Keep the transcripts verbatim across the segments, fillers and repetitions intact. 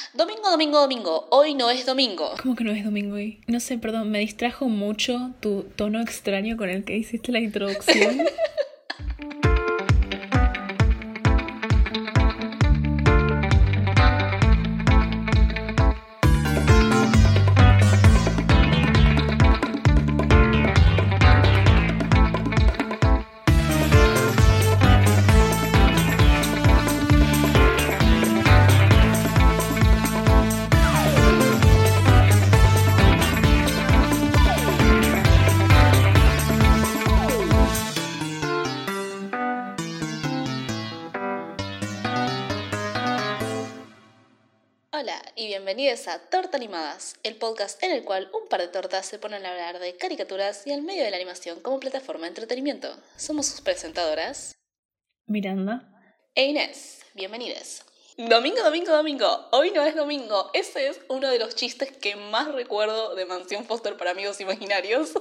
Domingo, domingo, domingo. Hoy no es domingo. ¿Cómo que no es domingo hoy? No sé, perdón, me distrajo mucho tu tono extraño con el que hiciste la introducción. Hola y bienvenidos a Torta Animadas, el podcast en el cual un par de tortas se ponen a hablar de caricaturas y al medio de la animación como plataforma de entretenimiento. Somos sus presentadoras, Miranda. e Inés. Bienvenidas. Domingo, domingo, domingo. Hoy no es domingo. Ese es uno de los chistes que más recuerdo de Mansión Foster para amigos imaginarios.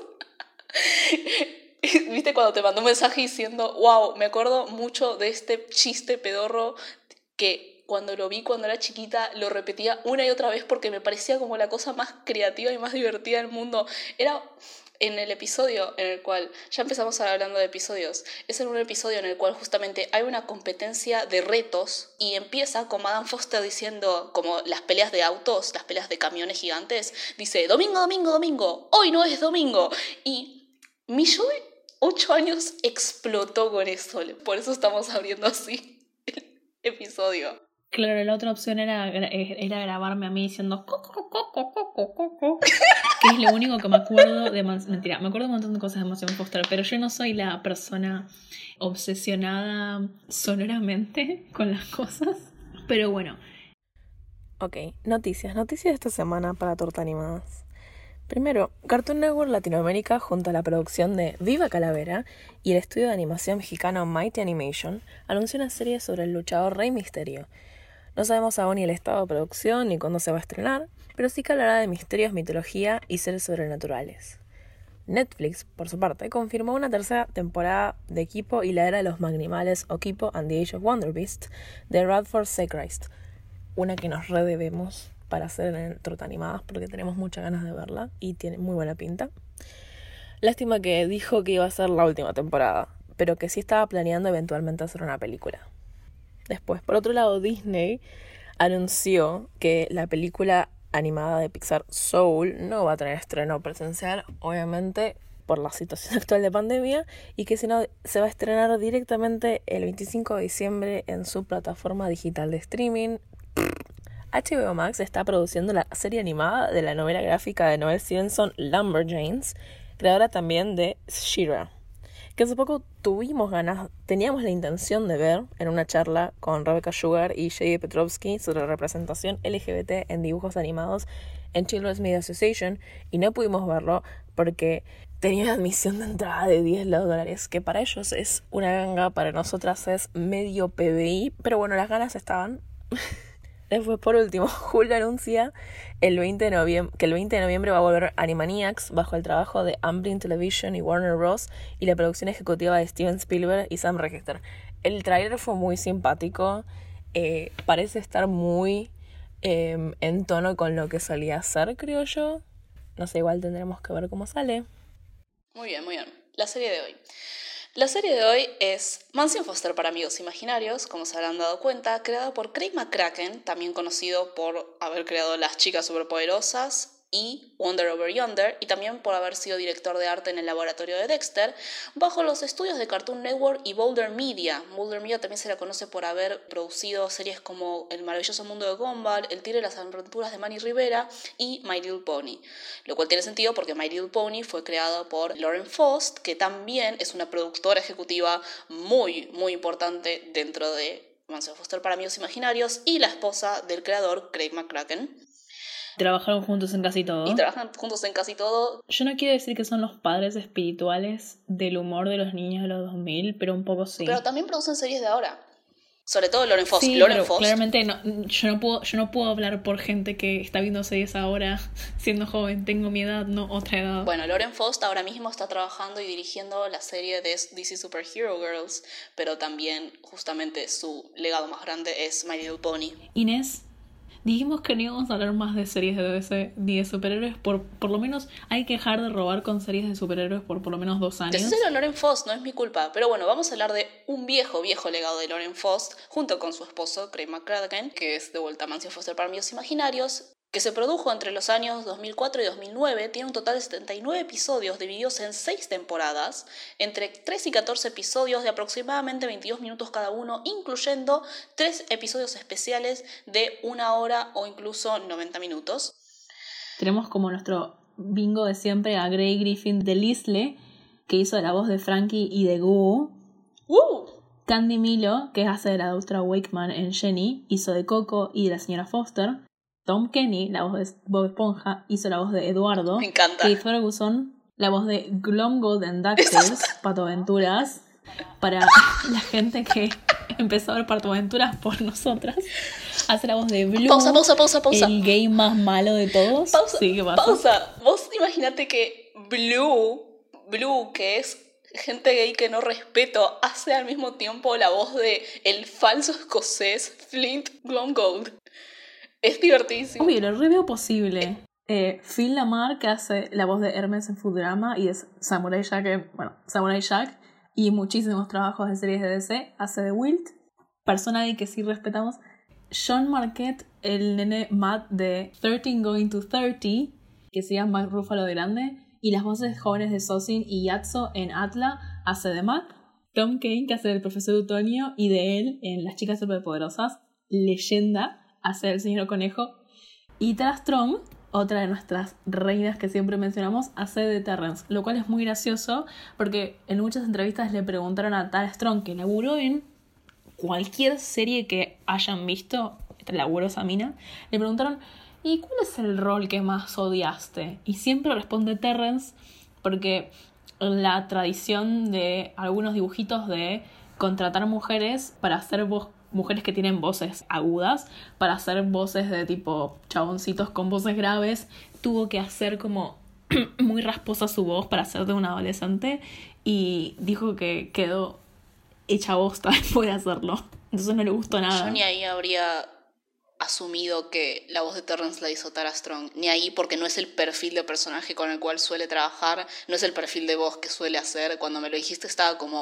¿Viste cuando te mandó un mensaje diciendo, wow, me acuerdo mucho de este chiste pedorro que cuando lo vi cuando era chiquita lo repetía una y otra vez porque me parecía como la cosa más creativa y más divertida del mundo? Era en el episodio en el cual, ya empezamos hablando de episodios, es en un episodio en el cual justamente hay una competencia de retos y empieza con Madame Foster diciendo, como las peleas de autos, las peleas de camiones gigantes, dice, domingo, domingo, domingo, hoy no es domingo. Y mi yo de ocho años explotó con eso, por eso estamos abriendo así el episodio. Claro, la otra opción era, era grabarme a mí diciendo co, co, co, co, co, co, co, co, que es lo único que me acuerdo de... Man- Mentira, me acuerdo de un montón de cosas de Mansión Foster, pero yo no soy la persona obsesionada sonoramente con las cosas. Pero bueno. Ok, noticias, noticias de esta semana para Torta Animadas. Primero, Cartoon Network Latinoamérica, junto a la producción de Viva Calavera y el estudio de animación mexicano Mighty Animation, anunció una serie sobre el luchador Rey Misterio. No sabemos aún ni el estado de producción ni cuándo se va a estrenar, pero sí que hablará de misterios, mitología y seres sobrenaturales. Netflix, por su parte, confirmó una tercera temporada de Kipo y la Era de los Magnimales o Kipo and the Age of Wonder Beast de Radford Seacrest, una que nos redebemos para hacer en Torta Animadas porque tenemos muchas ganas de verla y tiene muy buena pinta. Lástima que dijo que iba a ser la última temporada, pero que sí estaba planeando eventualmente hacer una película. Después, por otro lado, Disney anunció que la película animada de Pixar Soul no va a tener estreno presencial, obviamente por la situación actual de pandemia, y que sino se va a estrenar directamente el veinticinco de diciembre en su plataforma digital de streaming. H B O Max está produciendo la serie animada de la novela gráfica de Noelle Stevenson, Lumberjanes, creadora también de She-Ra, que hace poco tuvimos ganas, teníamos la intención de ver en una charla con Rebecca Sugar y J D Petrovsky sobre representación L G B T en dibujos animados en Children's Media Association, y no pudimos verlo porque tenía una admisión de entrada de diez dólares, que para ellos es una ganga, para nosotras es medio P B I, pero bueno, las ganas estaban. Después, por último, Hulu anuncia el veinte de noviembre, que el veinte de noviembre va a volver Animaniacs bajo el trabajo de Amblin Television y Warner Bros. Y la producción ejecutiva de Steven Spielberg y Sam Register. El tráiler fue muy simpático, eh, parece estar muy eh, en tono con lo que solía ser, creo yo. No sé, igual tendremos que ver cómo sale. Muy bien, muy bien. La serie de hoy. La serie de hoy es Mansión Foster para amigos imaginarios, como se habrán dado cuenta, creada por Craig McCracken, también conocido por haber creado Las Chicas Superpoderosas y Wonder Over Yonder, y también por haber sido director de arte en el laboratorio de Dexter, bajo los estudios de Cartoon Network y Boulder Media. Boulder Media también se la conoce por haber producido series como El maravilloso mundo de Gumball, El Tigre y las aventuras de Manny Rivera y My Little Pony. Lo cual tiene sentido porque My Little Pony fue creado por Lauren Faust, que también es una productora ejecutiva muy, muy importante dentro de Mansión Foster para amigos imaginarios, y la esposa del creador, Craig McCracken. Trabajaron juntos en casi todo. Y trabajan juntos en casi todo. Yo no quiero decir que son los padres espirituales del humor de los niños de los dos mil, pero un poco sí. Pero también producen series de ahora. Sobre todo Lauren Faust. Sí, Lauren pero Faust. claramente no, yo, no puedo, yo no puedo hablar por gente que está viendo series ahora siendo joven. Tengo mi edad, no otra edad. Bueno, Lauren Faust ahora mismo está trabajando y dirigiendo la serie de D C Superhero Girls, pero también justamente su legado más grande es My Little Pony. Inés, Dijimos que no íbamos a hablar más de series de D C ni de superhéroes. Por, por lo menos hay que dejar de robar con series de superhéroes por por lo menos dos años. Decíselo a Lauren Faust, no es mi culpa. Pero bueno, vamos a hablar de un viejo, viejo legado de Lauren Faust, junto con su esposo, Craig McCracken, que es de vuelta Mansión Foster para Amigos Imaginarios, que se produjo entre los años dos mil cuatro y dos mil nueve, tiene un total de setenta y nueve episodios divididos en seis temporadas, entre tres y catorce episodios de aproximadamente veintidós minutos cada uno, incluyendo tres episodios especiales de una hora o incluso noventa minutos. Tenemos como nuestro bingo de siempre a Grey Griffin de Lisle, que hizo la voz de Frankie y de Goo. ¡Uh! Candy Milo, que hace de la doctora Wakeman en Jenny, hizo de Coco y de la señora Foster. Tom Kenny, la voz de Bob Esponja, hizo la voz de Eduardo. Me encanta. Kate Ferguson, la voz de Glomgold en DuckTales, Pato Aventuras. Para la gente que empezó a ver Pato Aventuras por nosotras, hace la voz de Blue. Pausa, pausa, pausa, pausa. El gay más malo de todos. Pausa, sí, ¿qué pasa? pausa. Vos imagínate que Blue, Blue, que es gente gay que no respeto, hace al mismo tiempo la voz de el falso escocés Flint Glomgold. Es divertidísimo. Obvio, lo re veo posible. Eh, Phil Lamar, que hace la voz de Hermes en Futurama y es Samurai Jack, eh, bueno, Samurai Jack y muchísimos trabajos de series de D C, hace de Wilt, persona ahí que sí respetamos. John Marquette, el nene Matt de thirteen Going to thirty, que se llama Mark Ruffalo de grande, y las voces jóvenes de Sosin y Yatso en Atla, hace de Matt. Tom Kane, que hace del profesor Utonio y de él en Las chicas superpoderosas, leyenda, hace el señor Conejo. Y Tara Strong, otra de nuestras reinas que siempre mencionamos, hace de Terrence, lo cual es muy gracioso porque en muchas entrevistas le preguntaron a Tara Strong, que laburó en cualquier serie que hayan visto, laburó esa mina, le preguntaron, ¿y cuál es el rol que más odiaste? Y siempre responde Terrence, porque la tradición de algunos dibujitos de contratar mujeres para hacer voz, mujeres que tienen voces agudas, para hacer voces de tipo chaboncitos con voces graves, tuvo que hacer como muy rasposa su voz para ser de un adolescente y dijo que quedó hecha bosta después de hacerlo. Entonces no le gustó nada. Yo ni ahí habría asumido que la voz de Terrence la hizo Tara Strong. Ni ahí, porque no es el perfil de personaje con el cual suele trabajar, no es el perfil de voz que suele hacer. Cuando me lo dijiste estaba como,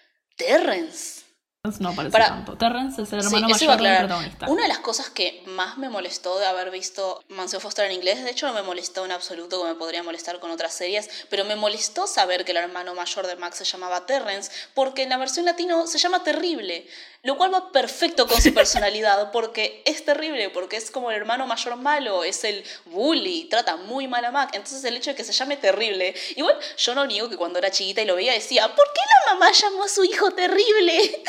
¿Terrence? No aparece Para... tanto. Terrence es el Sí, hermano eso iba a mayor del aclarar. protagonista. Una de las cosas que más me molestó de haber visto Mansión Foster en inglés, de hecho no me molestó en absoluto como me podría molestar con otras series, pero me molestó saber que el hermano mayor de Max se llamaba Terrence, porque en la versión latino se llama Terrible, lo cual va perfecto con su personalidad, porque es terrible, porque es como el hermano mayor malo, es el bully, trata muy mal a Mac. Entonces el hecho de que se llame Terrible, igual yo no niego que cuando era chiquita y lo veía decía, ¿por qué la mamá llamó a su hijo Terrible?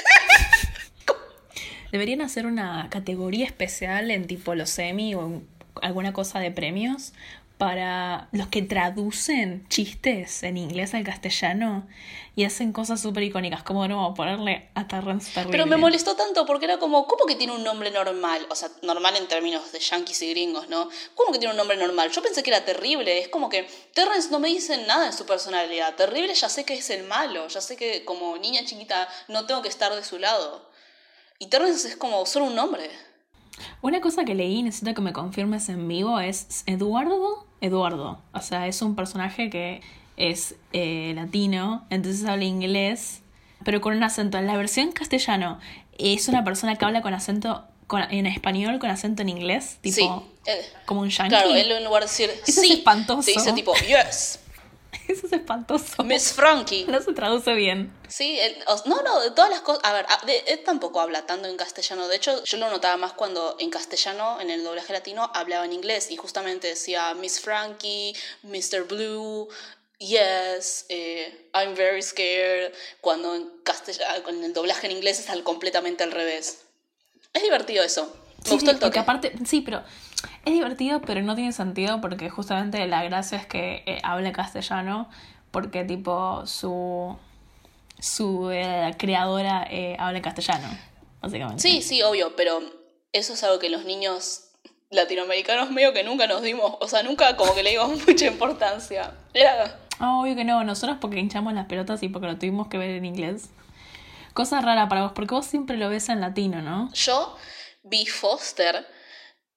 Deberían hacer una categoría especial en tipo los Emmy o en alguna cosa de premios para los que traducen chistes en inglés al castellano y hacen cosas súper icónicas, como no ponerle a Terrence Terrible. Pero me molestó tanto porque era como, ¿cómo que tiene un nombre normal? O sea, normal en términos de yanquis y gringos, ¿no? ¿Cómo que tiene un nombre normal? Yo pensé que era Terrible. Es como que Terrence no me dice nada de su personalidad. Terrible ya sé que es el malo. Ya sé que como niña chiquita no tengo que estar de su lado. Y Terrence es como solo un nombre. Una cosa que leí, necesito que me confirmes en vivo, es Eduardo. Eduardo. O sea, es un personaje que es eh, latino, entonces habla inglés, pero con un acento. En la versión castellano es una persona que habla con acento con, en español con acento en inglés, tipo Sí. Eh, como un yankee. claro, él en lugar de decir Eso sí, es espantoso. te dice tipo, yes, Eso es espantoso. Miss Frankie. No se traduce bien. Sí, él, o- no, no, de todas las cosas. A ver, a- de- él tampoco habla tanto en castellano. De hecho, yo lo notaba más cuando en castellano, en el doblaje latino, hablaba en inglés y justamente decía Miss Frankie, mister Blue, yes, eh, I'm very scared. Cuando en, castellano, en el doblaje en inglés es al, completamente al revés. Es divertido eso. Me Sí, gustó sí, el toque. porque aparte, sí, pero es divertido, pero no tiene sentido porque justamente la gracia es que eh, hable castellano, porque tipo su su eh, creadora eh, habla castellano, básicamente. Sí, sí, obvio, pero eso es algo que los niños latinoamericanos medio que nunca nos dimos, o sea, nunca como que le dimos mucha importancia. Era... Ah, obvio que no, nosotros porque hinchamos las pelotas y porque lo tuvimos que ver en inglés. Cosa rara para vos, porque vos siempre lo ves en latino, ¿no? Yo vi Foster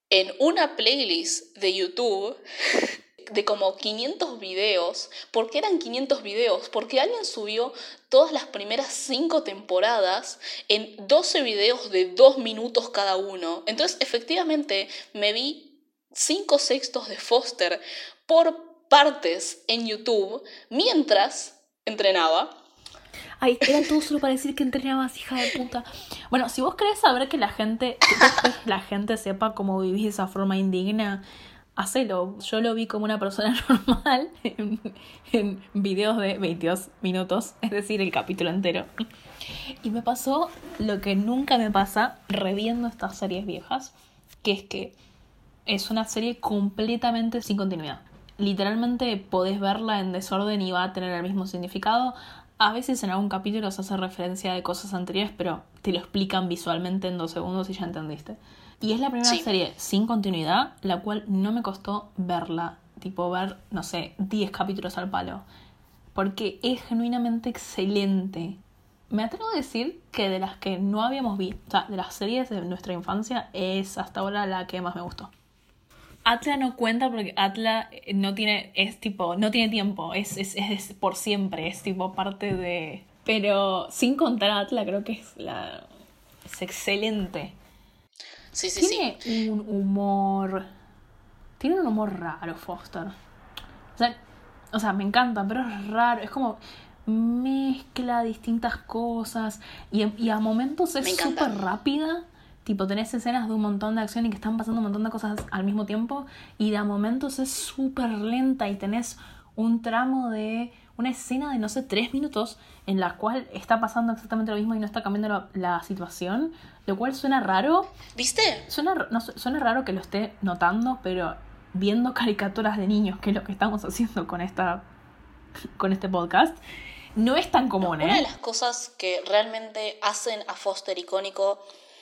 en una playlist de YouTube de como quinientos videos. ¿Por qué eran quinientos videos? Porque alguien subió todas las primeras cinco temporadas en doce videos de dos minutos cada uno. Entonces, efectivamente, me vi cinco sextos de Foster por partes en YouTube mientras entrenaba. Ay, era todo solo para decir que entrenabas, hija de puta. Bueno, si vos querés saber que la gente, que después la gente sepa cómo vivís de esa forma indigna, hacelo. Yo lo vi como una persona normal en, en videos de veintidós minutos, es decir, el capítulo entero. Y me pasó lo que nunca me pasa reviendo estas series viejas, que es que es una serie completamente sin continuidad. Literalmente podés verla en desorden y va a tener el mismo significado. A veces en algún capítulo se hace referencia de cosas anteriores, pero te lo explican visualmente en dos segundos y ya entendiste. Y es la primera Sí. serie sin continuidad, la cual no me costó verla. Tipo ver, no sé, diez capítulos al palo. Porque es genuinamente excelente. Me atrevo a decir que de las que no habíamos visto, o sea, de las series de nuestra infancia, es hasta ahora la que más me gustó. Atla no cuenta porque Atla no tiene, es tipo, no tiene tiempo, es, es, es por siempre, es tipo parte de... Pero sin contar a Atla creo que es la... es excelente. Sí, sí, Tiene sí. un humor... Tiene un humor raro, Foster. O sea, o sea, me encanta, pero es raro, es como... mezcla distintas cosas y, y a momentos es súper rápida. Tipo, tenés escenas de un montón de acción y que están pasando un montón de cosas al mismo tiempo. Y de a momentos es súper lenta y tenés un tramo de... una escena de, no sé, tres minutos en la cual está pasando exactamente lo mismo y no está cambiando la, la situación. Lo cual suena raro. ¿Viste? Suena, no, suena raro que lo esté notando, pero viendo caricaturas de niños, que es lo que estamos haciendo con, esta, con este podcast, no es tan común, no, ¿eh? Una de las cosas que realmente hacen a Foster icónico...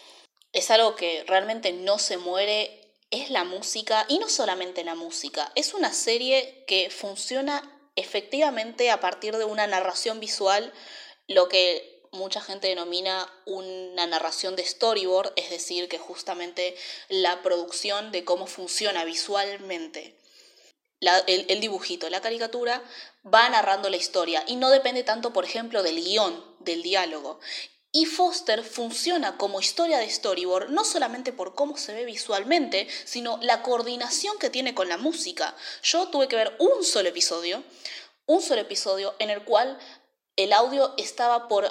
es algo que realmente no se muere, es la música, y no solamente la música, es una serie que funciona efectivamente a partir de una narración visual, lo que mucha gente denomina una narración de storyboard, es decir, que justamente la producción de cómo funciona visualmente la, el, el dibujito, la caricatura, va narrando la historia, y no depende tanto, por ejemplo, del guión, del diálogo. Y Foster funciona como historia de storyboard no solamente por cómo se ve visualmente, sino la coordinación que tiene con la música. Yo tuve que ver un solo episodio, un solo episodio en el cual el audio estaba por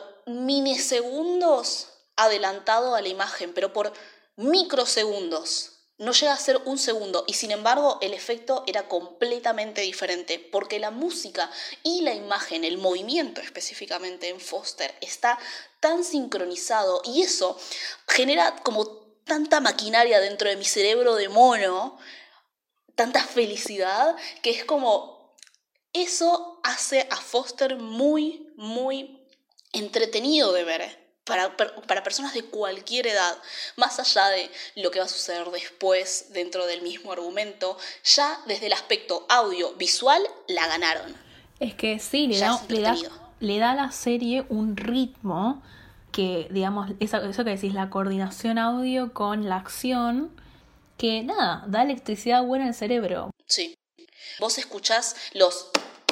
milisegundos adelantado a la imagen, pero por microsegundos. No llega a ser un segundo y sin embargo el efecto era completamente diferente porque la música y la imagen, el movimiento específicamente en Foster está tan sincronizado y eso genera como tanta maquinaria dentro de mi cerebro de mono, tanta felicidad, que es como eso hace a Foster muy, muy entretenido de ver. Para, para personas de cualquier edad, más allá de lo que va a suceder después dentro del mismo argumento, ya desde el aspecto audiovisual la ganaron. Es que sí, le da, le, da, le da a la serie un ritmo que, digamos, eso, eso que decís, la coordinación audio con la acción, que nada, da electricidad buena al cerebro. Sí. Vos escuchás los...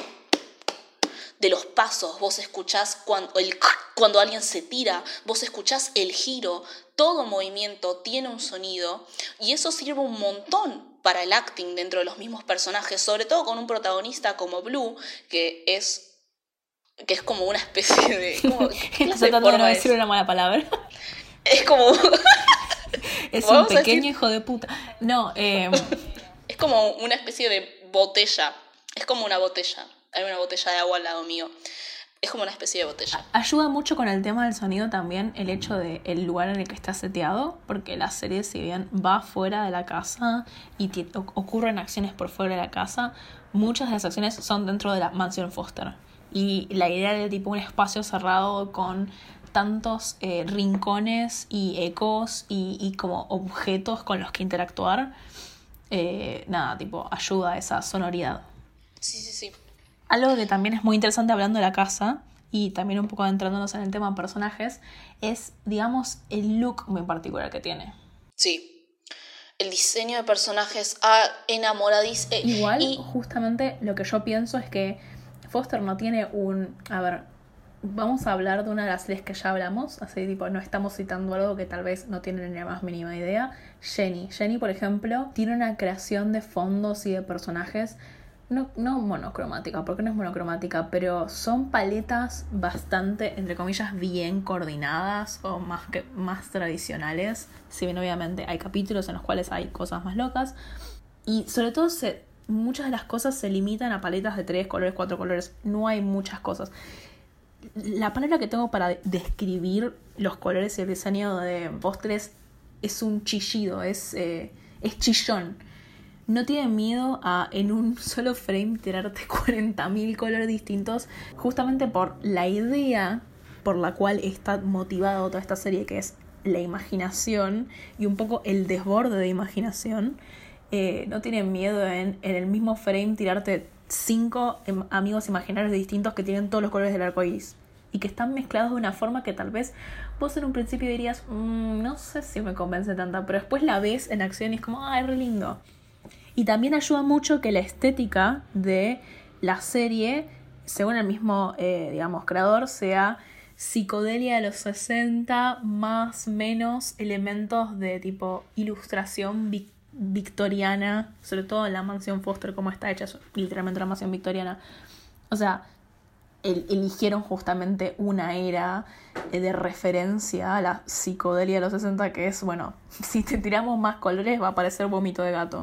de los pasos, vos escuchás cuando, el, cuando alguien se tira, vos escuchás el giro, todo movimiento tiene un sonido y eso sirve un montón para el acting dentro de los mismos personajes, sobre todo con un protagonista como Blue, que es, que es como una especie de... ¿cómo, ¿qué clase de forma de no decir una mala palabra? Es como... es un pequeño hijo de puta. No, eh... es como una especie de botella, es como una botella. Hay una botella de agua al lado mío. Es como una especie de botella. Ayuda mucho con el tema del sonido también el hecho de el lugar en el que está seteado, porque la serie, si bien va fuera de la casa y t- ocurren acciones por fuera de la casa, muchas de las acciones son dentro de la mansión Foster. Y la idea de tipo un espacio cerrado con tantos eh, rincones y ecos y, y como objetos con los que interactuar, eh, nada, tipo ayuda a esa sonoridad. Sí, sí, sí. Algo que también es muy interesante hablando de la casa, y también un poco adentrándonos en el tema de personajes, es, digamos, el look muy particular que tiene. Sí. el diseño de personajes a enamoradísimo. Igual, y... justamente lo que yo pienso es que Foster no tiene un... A ver, vamos a hablar de una de las series que ya hablamos, así tipo, no estamos citando algo que tal vez no tienen ni la más mínima idea. Jenny. Jenny, por ejemplo, tiene una creación de fondos y de personajes no, no monocromática, porque no es monocromática, pero son paletas bastante, entre comillas, bien coordinadas o más, que, más tradicionales. Si bien obviamente hay capítulos en los cuales hay cosas más locas. Y sobre todo se, muchas de las cosas se limitan a paletas de tres colores, cuatro colores. No hay muchas cosas. La palabra que tengo para describir los colores y el diseño de postres es un chillido, es, eh, es chillón. No tienen miedo a en un solo frame tirarte cuarenta mil colores distintos, justamente por la idea por la cual está motivada toda esta serie, que es la imaginación y un poco el desborde de imaginación. Eh, no tienen miedo en, en el mismo frame tirarte cinco em, amigos imaginarios distintos que tienen todos los colores del arco iris y que están mezclados de una forma que tal vez vos en un principio dirías mmm, no sé si me convence tanta, pero después la ves en acción y es como ¡ay, re lindo! Y también ayuda mucho que la estética de la serie, según el mismo eh, digamos creador, sea psicodelia de los sesenta más menos elementos de tipo ilustración vic- victoriana, sobre todo en la mansión Foster como está hecha, es literalmente una mansión victoriana. O sea, el, eligieron justamente una era eh, de referencia a la psicodelia de los sesenta, que es, bueno, si te tiramos más colores va a parecer vómito de gato.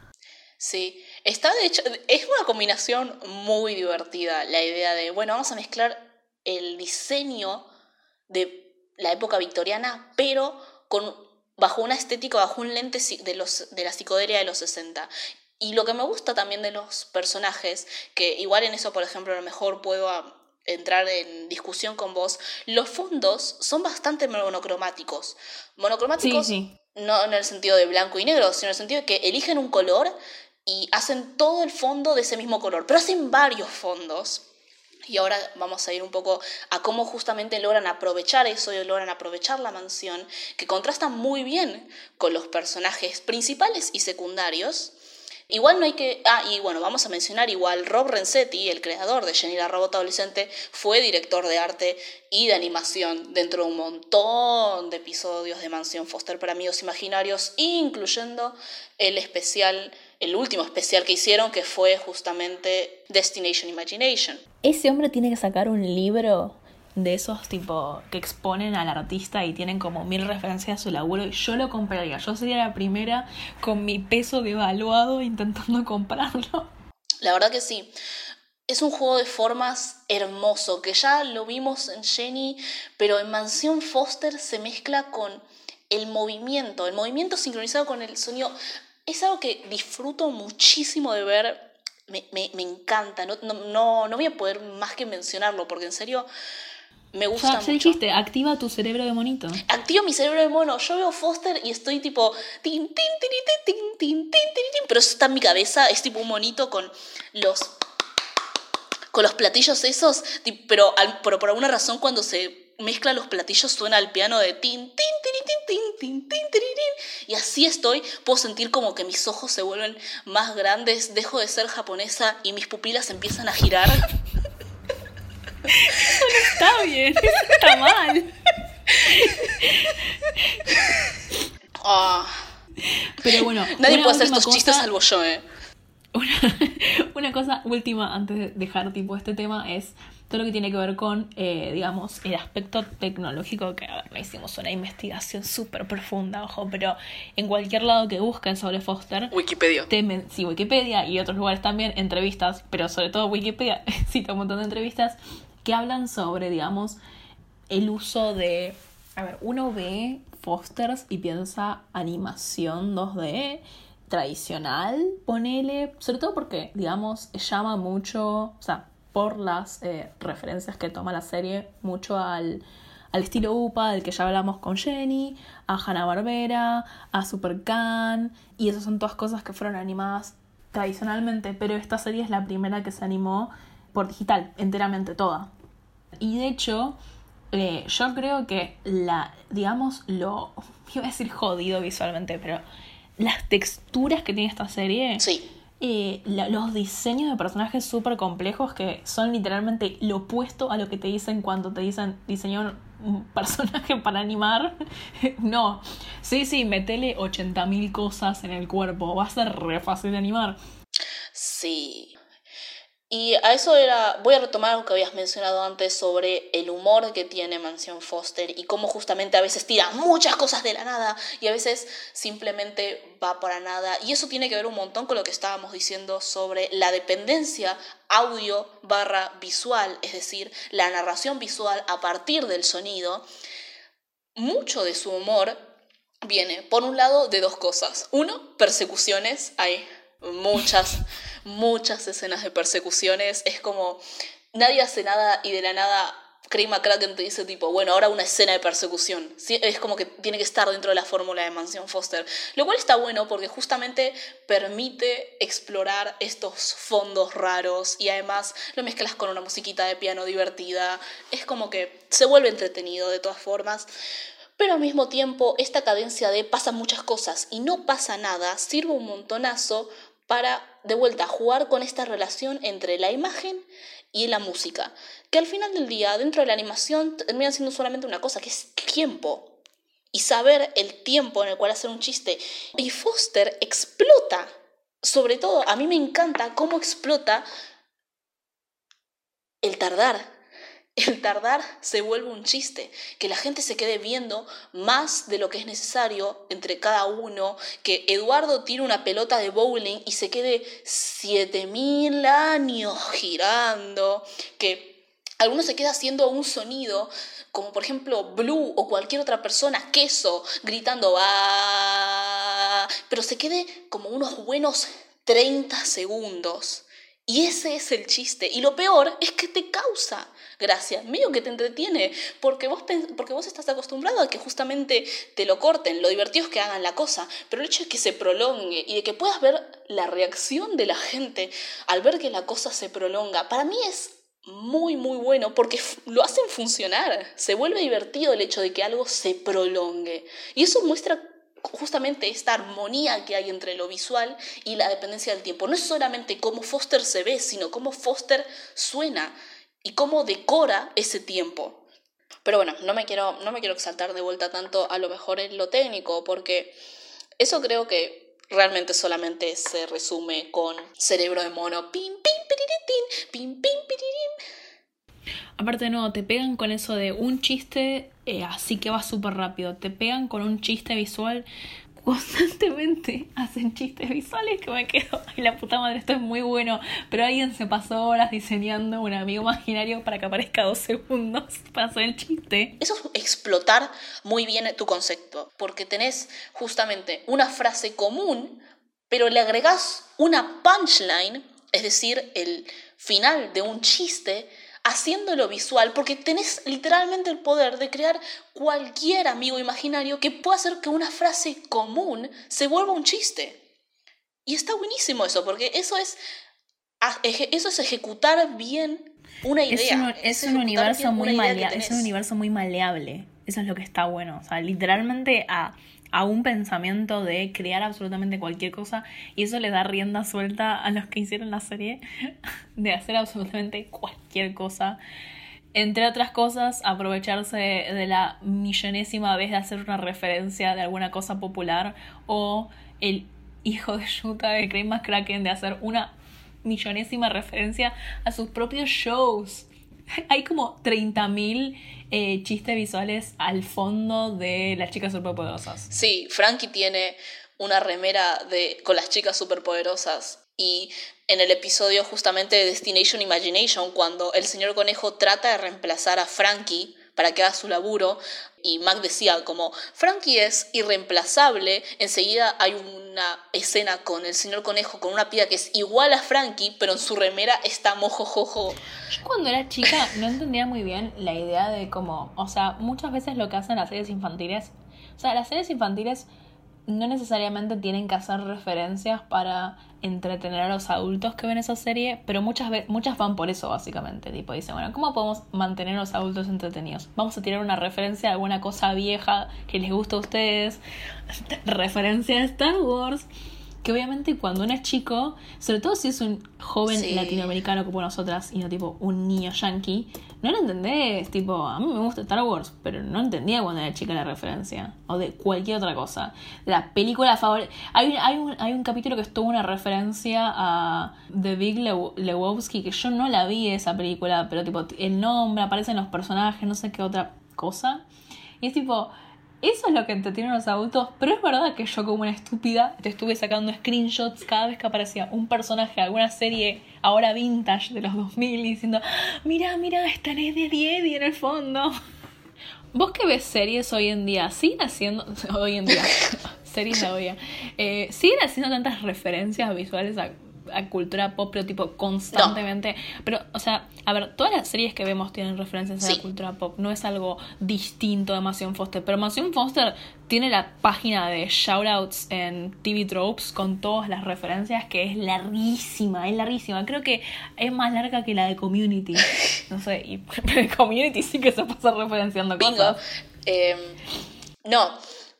Sí, está de hecho, es una combinación muy divertida la idea de, bueno, vamos a mezclar el diseño de la época victoriana, pero con, bajo una estética, bajo un lente de, los, de la psicodelia de los sesenta. Y lo que me gusta también de los personajes, que igual en eso, por ejemplo, a lo mejor puedo a, entrar en discusión con vos, los fondos son bastante monocromáticos. Monocromáticos sí, sí. No en el sentido de blanco y negro, sino en el sentido de que eligen un color y hacen todo el fondo de ese mismo color, pero hacen varios fondos. Y ahora vamos a ir un poco a cómo justamente logran aprovechar eso y logran aprovechar la mansión, que contrasta muy bien con los personajes principales y secundarios. Igual no hay que... Ah, y bueno, vamos a mencionar igual, Rob Renzetti, el creador de Jenny la Robot Adolescente, fue director de arte y de animación dentro de un montón de episodios de Mansión Foster para Amigos Imaginarios, incluyendo el especial, el último especial que hicieron, que fue justamente Destination Imagination. Ese hombre tiene que sacar un libro de esos tipo que exponen al artista y tienen como mil referencias a su laburo, y yo lo compraría. Yo sería la primera con mi peso devaluado intentando comprarlo. La verdad que sí. Es un juego de formas hermoso, que ya lo vimos en Jenny, pero en Mansión Foster se mezcla con el movimiento, el movimiento sincronizado con el sonido. Es algo que disfruto muchísimo de ver, me, me, me encanta, no, no, no voy a poder más que mencionarlo, porque en serio me gusta ya, mucho. Ya dijiste, activa tu cerebro de monito. Activo mi cerebro de mono. Yo veo Foster y estoy tipo tin, tin, tin, tin, tin, tin, tin, tin, pero eso está en mi cabeza, es tipo un monito con los con los platillos esos, pero, pero por alguna razón cuando se mezclan los platillos suena el piano de tin, tin, tin, tin, tin, tin, tin, tin, tin, y así estoy, puedo sentir como que mis ojos se vuelven más grandes, dejo de ser japonesa y mis pupilas empiezan a girar. Eso no está bien, eso está mal. Oh. Pero bueno, nadie puede hacer estos cosa, chistes salvo yo, eh. Una, una cosa última antes de dejar tipo este tema es todo lo que tiene que ver con, eh, digamos, el aspecto tecnológico, que a ver, no hicimos una investigación súper profunda, ojo, pero en cualquier lado que busquen sobre Foster, Wikipedia. Temen, sí, Wikipedia y otros lugares también, entrevistas, pero sobre todo Wikipedia cita un montón de entrevistas que hablan sobre, digamos, el uso de... A ver, uno ve Fosters y piensa animación dos D tradicional, ponele, sobre todo porque, digamos, llama mucho, o sea, por las eh, referencias que toma la serie, mucho al, al estilo U P A, del que ya hablamos con Jenny, a Hanna-Barbera, a Super Can, y esas son todas cosas que fueron animadas tradicionalmente, pero esta serie es la primera que se animó por digital, enteramente toda. Y de hecho, eh, yo creo que la, digamos, lo, iba a decir jodido visualmente, pero las texturas que tiene esta serie. Sí. Eh, la, los diseños de personajes súper complejos que son literalmente lo opuesto a lo que te dicen cuando te dicen diseñar un personaje para animar. No, sí, sí, metele ochenta mil cosas en el cuerpo, va a ser re fácil de animar. Sí. Y a eso era, voy a retomar lo que habías mencionado antes sobre el humor que tiene Mansión Foster y cómo justamente a veces tira muchas cosas de la nada y a veces simplemente va para nada. Y eso tiene que ver un montón con lo que estábamos diciendo sobre la dependencia audio barra visual, es decir, la narración visual a partir del sonido. Mucho de su humor viene, por un lado, de dos cosas. Uno, persecuciones. Hay muchas, muchas escenas de persecuciones. Es como, nadie hace nada y de la nada Craig McCracken te dice tipo, bueno, ahora una escena de persecución. ¿Sí? Es como que tiene que estar dentro de la fórmula de Mansión Foster. Lo cual está bueno porque justamente permite explorar estos fondos raros y además lo mezclas con una musiquita de piano divertida. Es como que se vuelve entretenido de todas formas. Pero al mismo tiempo, esta cadencia de pasan muchas cosas y no pasa nada sirve un montonazo para, de vuelta, jugar con esta relación entre la imagen y la música. Que al final del día, dentro de la animación, termina siendo solamente una cosa, que es tiempo. Y saber el tiempo en el cual hacer un chiste. Y Foster explota. Sobre todo, a mí me encanta cómo explota el tardar. El tardar se vuelve un chiste, que la gente se quede viendo más de lo que es necesario entre cada uno, que Eduardo tire una pelota de bowling y se quede siete mil años girando, que alguno se queda haciendo un sonido, como por ejemplo Blue o cualquier otra persona, Queso, gritando ¡ah! Pero se quede como unos buenos treinta segundos. Y ese es el chiste. Y lo peor es que te causa gracia, medio que te entretiene, porque vos, porque vos estás acostumbrado a que justamente te lo corten. Lo divertido es que hagan la cosa, pero el hecho de que se prolongue y de que puedas ver la reacción de la gente al ver que la cosa se prolonga, para mí es muy muy bueno porque lo hacen funcionar. Se vuelve divertido el hecho de que algo se prolongue. Y eso muestra justamente esta armonía que hay entre lo visual y la dependencia del tiempo. No es solamente cómo Foster se ve, sino cómo Foster suena y cómo decora ese tiempo. Pero bueno, no me quiero, no me quiero exaltar de vuelta tanto a lo mejor en lo técnico, porque eso creo que realmente solamente se resume con cerebro de mono. Pim, pim, piriritín, pim, pim, pirirín. Aparte no, te pegan con eso de un chiste, eh, así que va súper rápido. Te pegan con un chiste visual. Constantemente hacen chistes visuales que me quedo, ay la puta madre, esto es muy bueno. Pero alguien se pasó horas diseñando un amigo imaginario para que aparezca dos segundos para hacer el chiste. Eso es explotar muy bien tu concepto, porque tenés justamente una frase común, pero le agregás una punchline, es decir, el final de un chiste, haciéndolo visual, porque tenés literalmente el poder de crear cualquier amigo imaginario que pueda hacer que una frase común se vuelva un chiste. Y está buenísimo eso, porque eso es, eso es ejecutar bien una idea. Es un, es un universo muy malea- es un universo muy maleable. Eso es lo que está bueno. O sea, literalmente a... a un pensamiento de crear absolutamente cualquier cosa, y eso le da rienda suelta a los que hicieron la serie de hacer absolutamente cualquier cosa, entre otras cosas aprovecharse de la millonésima vez de hacer una referencia de alguna cosa popular, o el hijo de Yuta de Craig McCracken de hacer una millonésima referencia a sus propios shows. Hay como treinta mil eh, chistes visuales al fondo de las chicas superpoderosas. Sí, Frankie tiene una remera de, con las chicas superpoderosas. Y en el episodio justamente de Destination Imagination, cuando el señor Conejo trata de reemplazar a Frankie para que haga su laburo, y Mac decía como, Frankie es irreemplazable, enseguida hay una escena con el señor Conejo con una piba que es igual a Frankie, pero en su remera está mojojojo. Yo cuando era chica no entendía muy bien la idea de cómo, o sea, muchas veces lo que hacen las series infantiles, o sea, las series infantiles no necesariamente tienen que hacer referencias para entretener a los adultos que ven esa serie, pero muchas veces, muchas van por eso básicamente, tipo dicen, bueno, ¿cómo podemos mantener a los adultos entretenidos? Vamos a tirar una referencia a alguna cosa vieja que les gusta a ustedes, referencia a Star Wars, que obviamente cuando uno es chico, sobre todo si es un joven Sí. latinoamericano como nosotras y no tipo un niño yankee, no lo entendés, tipo, a mí me gusta Star Wars, pero no entendía cuando era chica la referencia, o de cualquier otra cosa. La película favorita, hay, un- hay, un, hay un capítulo que estuvo una referencia a The Big Lew- Lebowski, que yo no la vi esa película, pero tipo, el nombre, aparecen los personajes, no sé qué otra cosa, y es tipo... Eso es lo que entretienen los adultos, pero es verdad que yo como una estúpida te estuve sacando screenshots cada vez que aparecía un personaje de alguna serie ahora vintage de los dos mil y diciendo, mira, mira, está Eddie Eddie en el fondo. ¿Vos que ves series hoy en día? ¿Siguen haciendo, hoy en día, series de hoy en día, eh, siguen haciendo tantas referencias visuales a, a cultura pop, pero tipo constantemente? No. Pero, o sea, a ver, todas las series que vemos tienen referencias Sí. a la cultura pop. No es algo distinto de Mansión Foster. Pero Mansión Foster tiene la página de shoutouts en T V Tropes con todas las referencias, que es larguísima, es larguísima. Creo que es más larga que la de Community. No sé, y pero de Community sí que se pasa referenciando Bingo. cosas. Eh, no,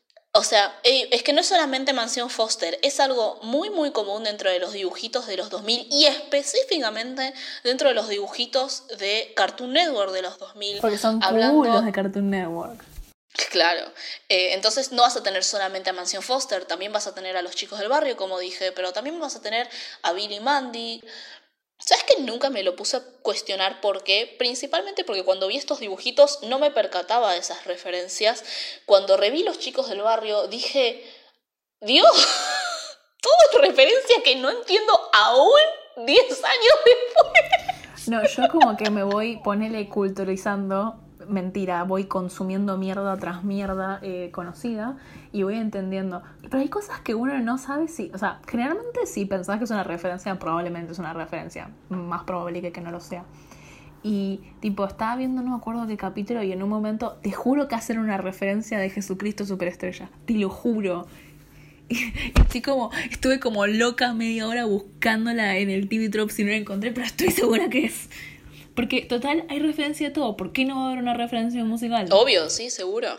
o sea, eh, es que no es solamente Mansión Foster, es algo muy muy común dentro de los dibujitos de los dos mil y específicamente dentro de los dibujitos de Cartoon Network de los dos mil. Porque son hablando... culos de Cartoon Network. Claro, eh, entonces no vas a tener solamente a Mansión Foster, también vas a tener a los chicos del barrio, como dije, pero también vas a tener a Billy y Mandy. ¿Sabes que nunca me lo puse a cuestionar por qué? Principalmente porque cuando vi estos dibujitos no me percataba de esas referencias. Cuando reví Los Chicos del Barrio dije, Dios, todo es referencia que no entiendo aún diez años después. No, yo como que me voy, ponele, culturizando, mentira, voy consumiendo mierda tras mierda eh, conocida y voy entendiendo. Pero hay cosas que uno no sabe si... O sea, generalmente si pensás que es una referencia, probablemente es una referencia. Más probable que que no lo sea. Y tipo, estaba viendo, no me acuerdo qué capítulo, y en un momento, te juro que hacen una referencia de Jesucristo Superestrella. Te lo juro. Y estoy como, estuve como loca media hora buscándola en el T V Drop si no la encontré, pero estoy segura que es. Porque, total, hay referencia a todo. ¿Por qué no va a haber una referencia musical? Obvio, sí, seguro.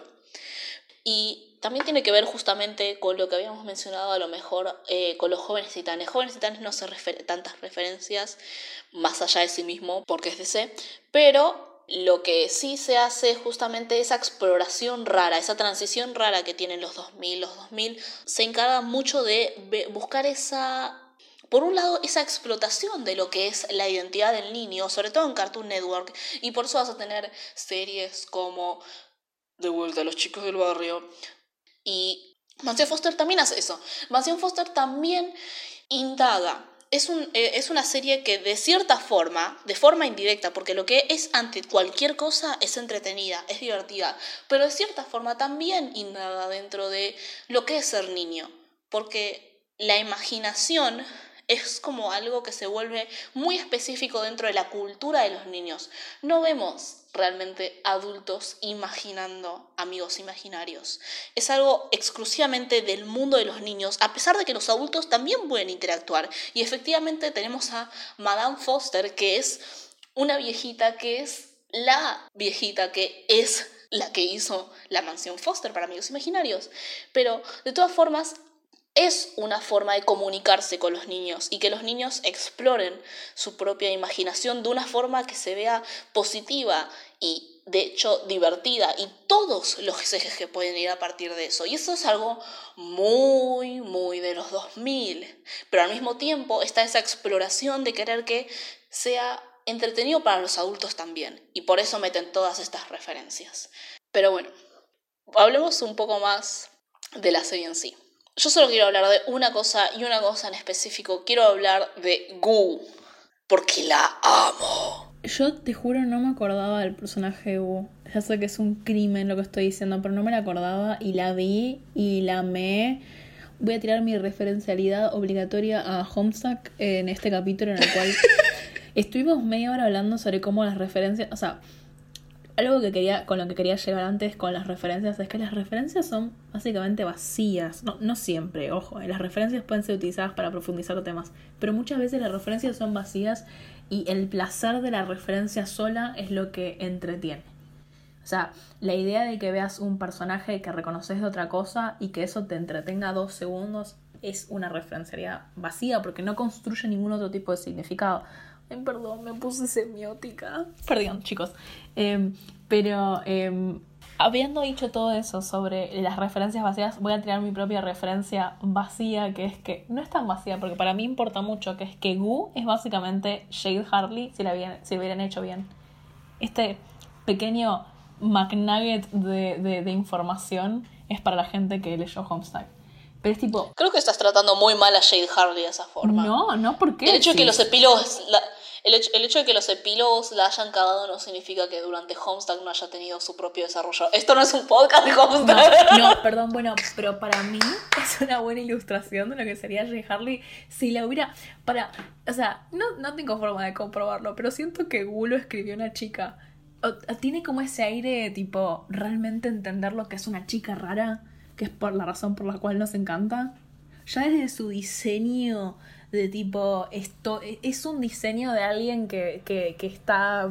Y también tiene que ver justamente con lo que habíamos mencionado a lo mejor eh, con los Jóvenes Titanes. Jóvenes Titanes no se refiere tantas referencias más allá de sí mismo porque es D C, pero lo que sí se hace es justamente esa exploración rara, esa transición rara que tienen los dos mil. Los dos mil se encargan mucho de buscar esa... Por un lado, esa explotación de lo que es la identidad del niño, sobre todo en Cartoon Network, y por eso vas a tener series como De vuelta a los chicos del barrio. Y Mansión Foster también hace eso. Mansión Foster también indaga. Es, un, eh, es una serie que de cierta forma, de forma indirecta, porque lo que es ante cualquier cosa es entretenida, es divertida, pero de cierta forma también indaga dentro de lo que es ser niño, porque la imaginación es como algo que se vuelve muy específico dentro de la cultura de los niños. No vemos realmente adultos imaginando amigos imaginarios. Es algo exclusivamente del mundo de los niños, a pesar de que los adultos también pueden interactuar. Y efectivamente tenemos a Madame Foster, que es una viejita que es la viejita que es la que hizo la Mansión Foster para amigos imaginarios. Pero de todas formas, es una forma de comunicarse con los niños y que los niños exploren su propia imaginación de una forma que se vea positiva y de hecho divertida, y todos los ejes que pueden ir a partir de eso. Y eso es algo muy, muy de los dos mil. Pero al mismo tiempo está esa exploración de querer que sea entretenido para los adultos también. Y por eso meten todas estas referencias. Pero bueno, hablemos un poco más de la serie en sí. Yo solo quiero hablar de una cosa y una cosa en específico. Quiero hablar de Goo, porque la amo. Yo te juro no me acordaba del personaje de Goo. Ya sé que es un crimen lo que estoy diciendo, pero no me la acordaba y la vi y la amé. Voy a tirar mi referencialidad obligatoria a Homestuck en este capítulo en el cual estuvimos media hora hablando sobre cómo las referencias... O sea, algo que quería, con lo que quería llegar antes con las referencias, es que las referencias son básicamente vacías. No, no siempre, ojo, las referencias pueden ser utilizadas para profundizar temas, pero muchas veces las referencias son vacías y el placer de la referencia sola es lo que entretiene. O sea, la idea de que veas un personaje que reconoces de otra cosa y que eso te entretenga dos segundos es una referencialidad vacía porque no construye ningún otro tipo de significado. Ay, perdón, me puse semiótica. Perdón, chicos. Eh, pero eh, habiendo dicho todo eso sobre las referencias vacías, voy a tirar mi propia referencia vacía, que es que no es tan vacía, porque para mí importa mucho, que es que Gu es básicamente Jade Harley si la habían, si lo hubieran hecho bien. Este pequeño McNugget de, de, de información es para la gente que leyó Homestuck. Pero es tipo... Creo que estás tratando muy mal a Jade Harley de esa forma. No, no, ¿por qué? El hecho Sí. de que los epílogos... La, el, hecho, el hecho de que los epílogos la hayan cagado no significa que durante Homestuck no haya tenido su propio desarrollo. Esto no es un podcast de Homestuck. No, no, perdón, bueno, pero para mí es una buena ilustración de lo que sería Jade Harley si la hubiera... Para, o sea, no, no tengo forma de comprobarlo, pero siento que Gu lo escribió una chica... O, o tiene como ese aire de tipo realmente entender lo que es una chica rara, que es por la razón por la cual nos encanta. Ya desde su diseño de tipo esto es un diseño de alguien que, que, que está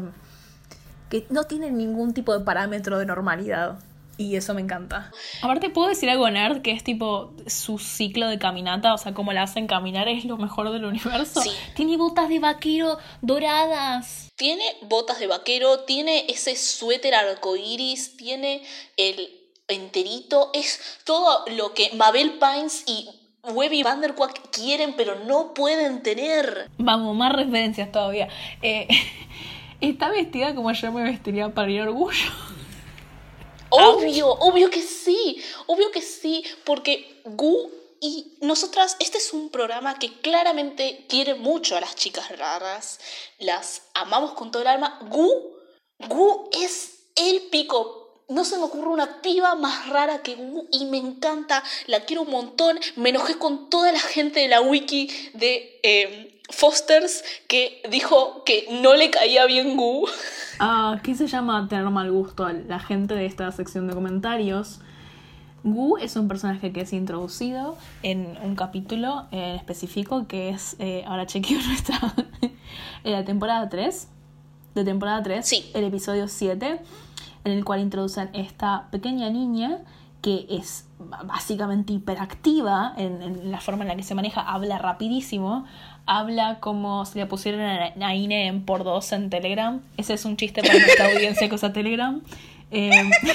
que no tiene ningún tipo de parámetro de normalidad. Y eso me encanta. Aparte puedo decir algo nerd, que es tipo su ciclo de caminata, o sea, cómo la hacen caminar es lo mejor del universo. Sí. Tiene botas de vaquero doradas. Tiene botas de vaquero, tiene ese suéter arcoíris, tiene el enterito. Es todo lo que Mabel Pines y Webby Vanderquack quieren, pero no pueden tener. Vamos, más referencias todavía. Eh, está vestida como yo me vestiría para ir a Orgullo. Obvio, obvio que sí, obvio que sí, porque Gu y nosotras, este es un programa que claramente quiere mucho a las chicas raras, las amamos con todo el alma. Gu, Gu es el pico, no se me ocurre una piba más rara que Gu y me encanta, la quiero un montón, me enojé con toda la gente de la wiki de eh, Fosters que dijo que no le caía bien Gu. Ah, ¿qué se llama tener mal gusto a la gente de esta sección de comentarios? Gu es un personaje que es introducido en un capítulo en específico que es, eh, ahora chequeo nuestra, en la temporada tres, de temporada tres, Sí. El episodio siete, en el cual introducen esta pequeña niña que es básicamente hiperactiva en, en la forma en la que se maneja, habla rapidísimo, habla como si le pusieran a, a Ine en por dos en Telegram. Ese es un chiste para nuestra audiencia que usa Telegram. Eh,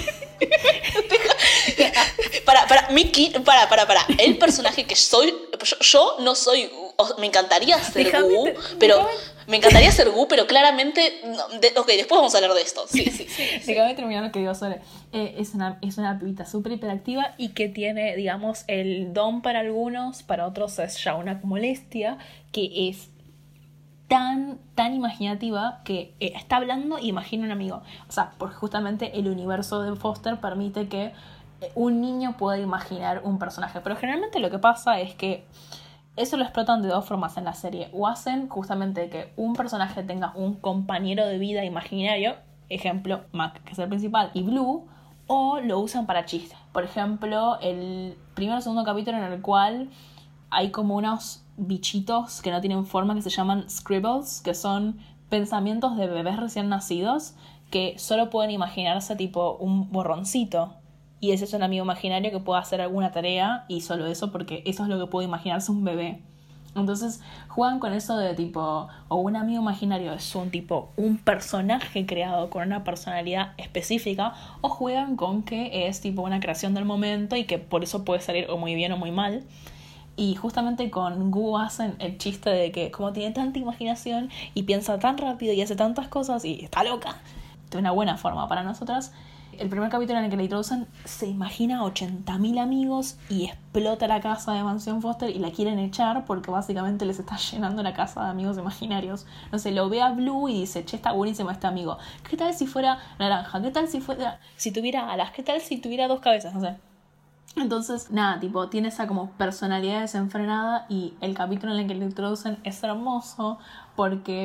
Para, para, Miki, para, para, para. El personaje que soy. Yo, yo no soy. o- Me encantaría ser Déjame Gu, te- pero. déjame- Me encantaría ser Gu, pero claramente. No, de- ok, después vamos a hablar de esto. Sí, sí, sí. Déjame terminar lo que digo sobre. Eh, es, una, es una pibita súper hiperactiva y que tiene, digamos, el don para algunos, para otros es ya una molestia, que es tan, tan imaginativa que eh, está hablando y imagina un amigo. O sea, porque justamente el universo de Foster permite que eh, un niño pueda imaginar un personaje. Pero generalmente lo que pasa es que eso lo explotan de dos formas en la serie. O hacen justamente que un personaje tenga un compañero de vida imaginario, ejemplo, Mac, que es el principal, y Blue, o lo usan para chistes. Por ejemplo, el primer o segundo capítulo en el cual hay como unos bichitos que no tienen forma que se llaman scribbles, que son pensamientos de bebés recién nacidos que solo pueden imaginarse tipo un borroncito. Y ese es un amigo imaginario que puede hacer alguna tarea y solo eso, porque eso es lo que puede imaginarse un bebé. Entonces juegan con eso de tipo, o un amigo imaginario es un tipo, un personaje creado con una personalidad específica, o juegan con que es tipo una creación del momento y que por eso puede salir o muy bien o muy mal. Y justamente con Gu hacen el chiste de que como tiene tanta imaginación y piensa tan rápido y hace tantas cosas y está loca, de una buena forma para nosotras. El primer capítulo en el que la introducen se imagina ochenta mil amigos y explota la casa de Mansión Foster y la quieren echar porque básicamente les está llenando la casa de amigos imaginarios. No sé, lo ve a Blue y dice, che, está buenísimo este amigo. ¿Qué tal si fuera naranja? ¿Qué tal si fuera, si tuviera alas? ¿Qué tal si tuviera dos cabezas? No sé. Entonces, nada, tipo, tiene esa como personalidad desenfrenada y el capítulo en el que lo introducen es hermoso porque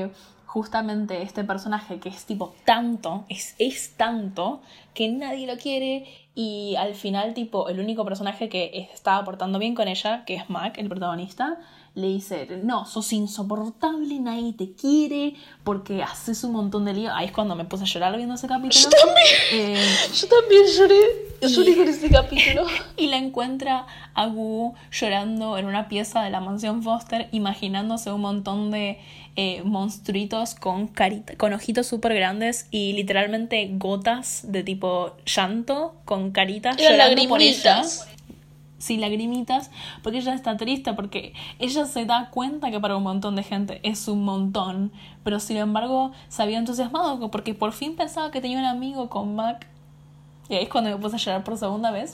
justamente este personaje que es tipo tanto, es, es tanto, que nadie lo quiere y al final tipo el único personaje que estaba portando bien con ella, que es Mac, el protagonista, le dice, no, sos insoportable, nadie te quiere porque haces un montón de lío. Ahí es cuando me puse a llorar viendo ese capítulo. Yo también, eh, yo también lloré, y, lloré con ese capítulo. Y la encuentra a Gu llorando en una pieza de la mansión Foster, imaginándose un montón de eh, monstruitos con, carita, con ojitos súper grandes y literalmente gotas de tipo llanto con caritas Eran llorando por ella. lagrimitas. Sí, lagrimitas, porque ella está triste, porque ella se da cuenta que para un montón de gente es un montón, pero sin embargo se había entusiasmado porque por fin pensaba que tenía un amigo con Mac. Y ahí es cuando me puse a llorar por segunda vez.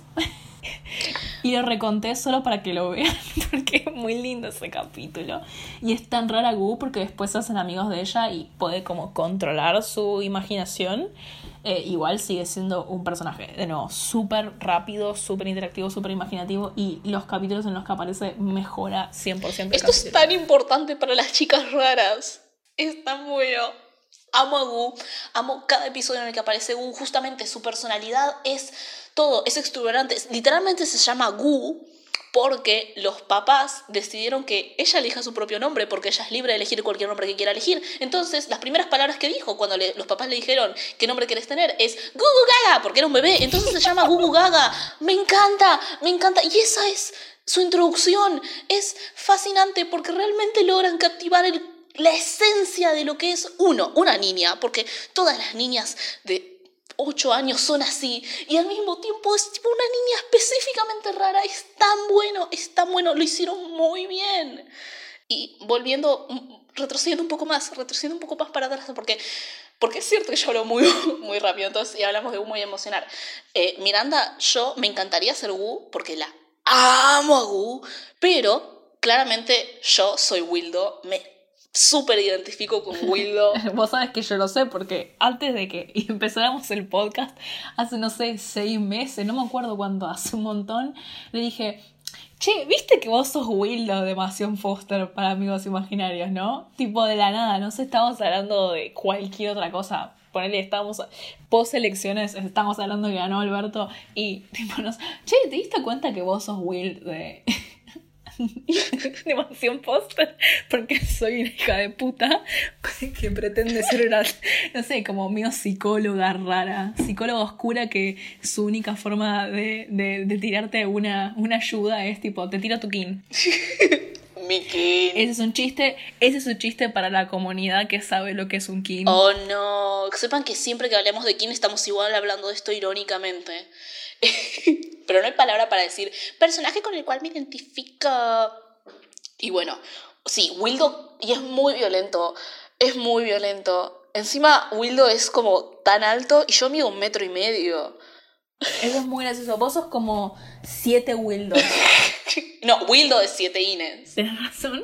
Y lo reconté solo para que lo vean, porque es muy lindo ese capítulo. Y es tan rara Gu porque después se hacen amigos de ella y puede como controlar su imaginación. Eh, igual sigue siendo un personaje, de nuevo, súper rápido, súper interactivo, súper imaginativo. Y los capítulos en los que aparece mejora cien por ciento. Esto es tan importante para las chicas raras. Es tan bueno. Amo a Gu, amo cada episodio en el que aparece Gu. Justamente su personalidad es todo, es exuberante. Literalmente se llama Gu porque los papás decidieron que ella elija su propio nombre, porque ella es libre de elegir cualquier nombre que quiera elegir. Entonces, las primeras palabras que dijo cuando le, los papás le dijeron qué nombre quieres tener es Gugu Gaga, porque era un bebé. Entonces se llama Gugu Gaga. Me encanta, me encanta. Y esa es su introducción. Es fascinante porque realmente logran captivar el la esencia de lo que es uno, una niña, porque todas las niñas de ocho años son así, y al mismo tiempo es tipo una niña específicamente rara. Es tan bueno, es tan bueno, lo hicieron muy bien. Y volviendo, retrocediendo un poco más, retrocediendo un poco más para atrás, porque, porque es cierto que yo hablo muy, muy rápido, entonces, y hablamos de Gu muy emocional. Eh, Miranda, yo me encantaría ser Gu, porque la amo a Gu, pero claramente yo soy Wildo, me súper identifico con Wildo. Vos sabés que yo lo sé porque antes de que empezáramos el podcast, hace no sé, seis meses, no me acuerdo cuánto, hace un montón, le dije, che, ¿viste que vos sos Wildo de Mansión Foster para Amigos Imaginarios, no? Tipo de la nada, no sé, estábamos hablando de cualquier otra cosa. Ponele, estábamos post elecciones, estábamos hablando que ganó Alberto y tipo nos, che, ¿te diste cuenta que vos sos Will de... de Mansión Foster? Porque soy una hija de puta que pretende ser una, no sé, como medio psicóloga rara, psicóloga oscura, que su única forma de, de, de tirarte una, una ayuda es tipo, te tiro tu kin. Mi kin. Ese es un chiste, ese es un chiste para la comunidad que sabe lo que es un kin. Oh no, sepan que siempre que hablemos de kin estamos igual hablando de esto irónicamente. Pero no hay palabra para decir personaje con el cual me identifico. Y bueno, sí, Wildo, y es muy violento, es muy violento. Encima Wildo es como tan alto y yo mido un metro y medio. Eso es muy gracioso. Vos sos como siete Wildos. No, Wildo de siete Ines. ¿Tenés razón?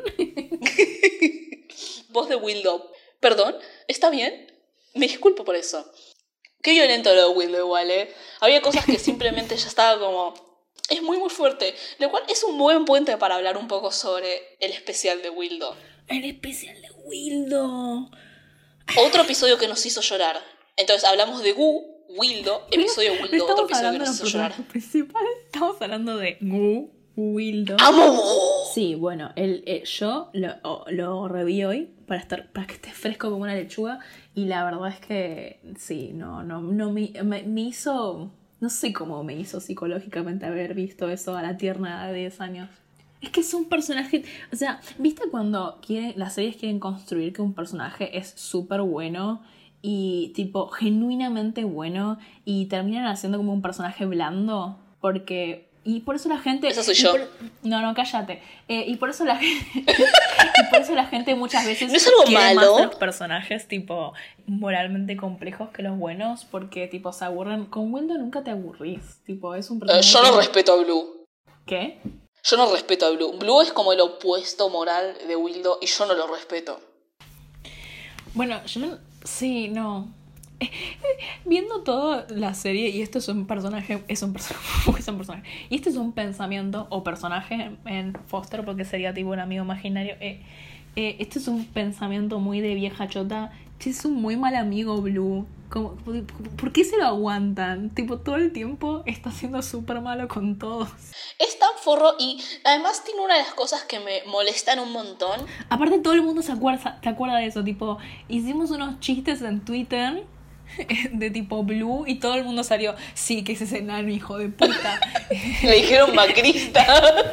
Voz de Wildo. Perdón, ¿está bien? Me disculpo por eso. Qué violento lo de Wildo igual, ¿eh? Había cosas que simplemente ya estaba como... Es muy muy fuerte. Lo cual es un buen puente para hablar un poco sobre el especial de Wildo. El especial de Wildo. Otro episodio que nos hizo llorar. Entonces hablamos de Gu, Wildo, episodio Wildo, Estamos otro episodio que nos hizo llorar. Principal. Estamos hablando de Gu, Wildo. ¡Amo Gu! Sí, bueno, el, el, yo lo, lo reví hoy para estar para que esté fresco como una lechuga. Y la verdad es que sí, no, no, no me, me, me hizo, no sé cómo me hizo psicológicamente haber visto eso a la tierna edad de diez años. Es que es un personaje, o sea, ¿viste cuando quieren, las series quieren construir que un personaje es súper bueno y tipo genuinamente bueno y terminan haciendo como un personaje blando? Porque... Y por eso la gente... Eso soy yo. Por, no, no, cállate. Eh, y por eso la gente... y por eso la gente muchas veces... ¿No es algo quiere malo? más a los personajes, tipo, moralmente complejos que los buenos, porque, tipo, se aburren. Con Wildo nunca te aburrís. Tipo, es un personaje... Eh, yo no que... respeto a Blue. ¿Qué? Yo no respeto a Blue. Blue es como el opuesto moral de Wildo y yo no lo respeto. Bueno, yo no... Sí, no... Viendo toda la serie, y esto es un personaje, es un personaje, es un personaje, y este es un pensamiento o personaje en Foster, porque sería tipo un amigo imaginario, eh, Eh, este es un pensamiento muy de vieja chota. Che, es un muy mal amigo Blue. Como, ¿por qué se lo aguantan? Tipo, todo el tiempo está siendo súper malo con todos. Es tan forro y además tiene una de las cosas que me molestan un montón. Aparte todo el mundo se acuerda, se acuerda de eso. Tipo, hicimos unos chistes en Twitter de tipo Blue y todo el mundo salió, sí, que es ese enano, hijo de puta. Le dijeron macrista.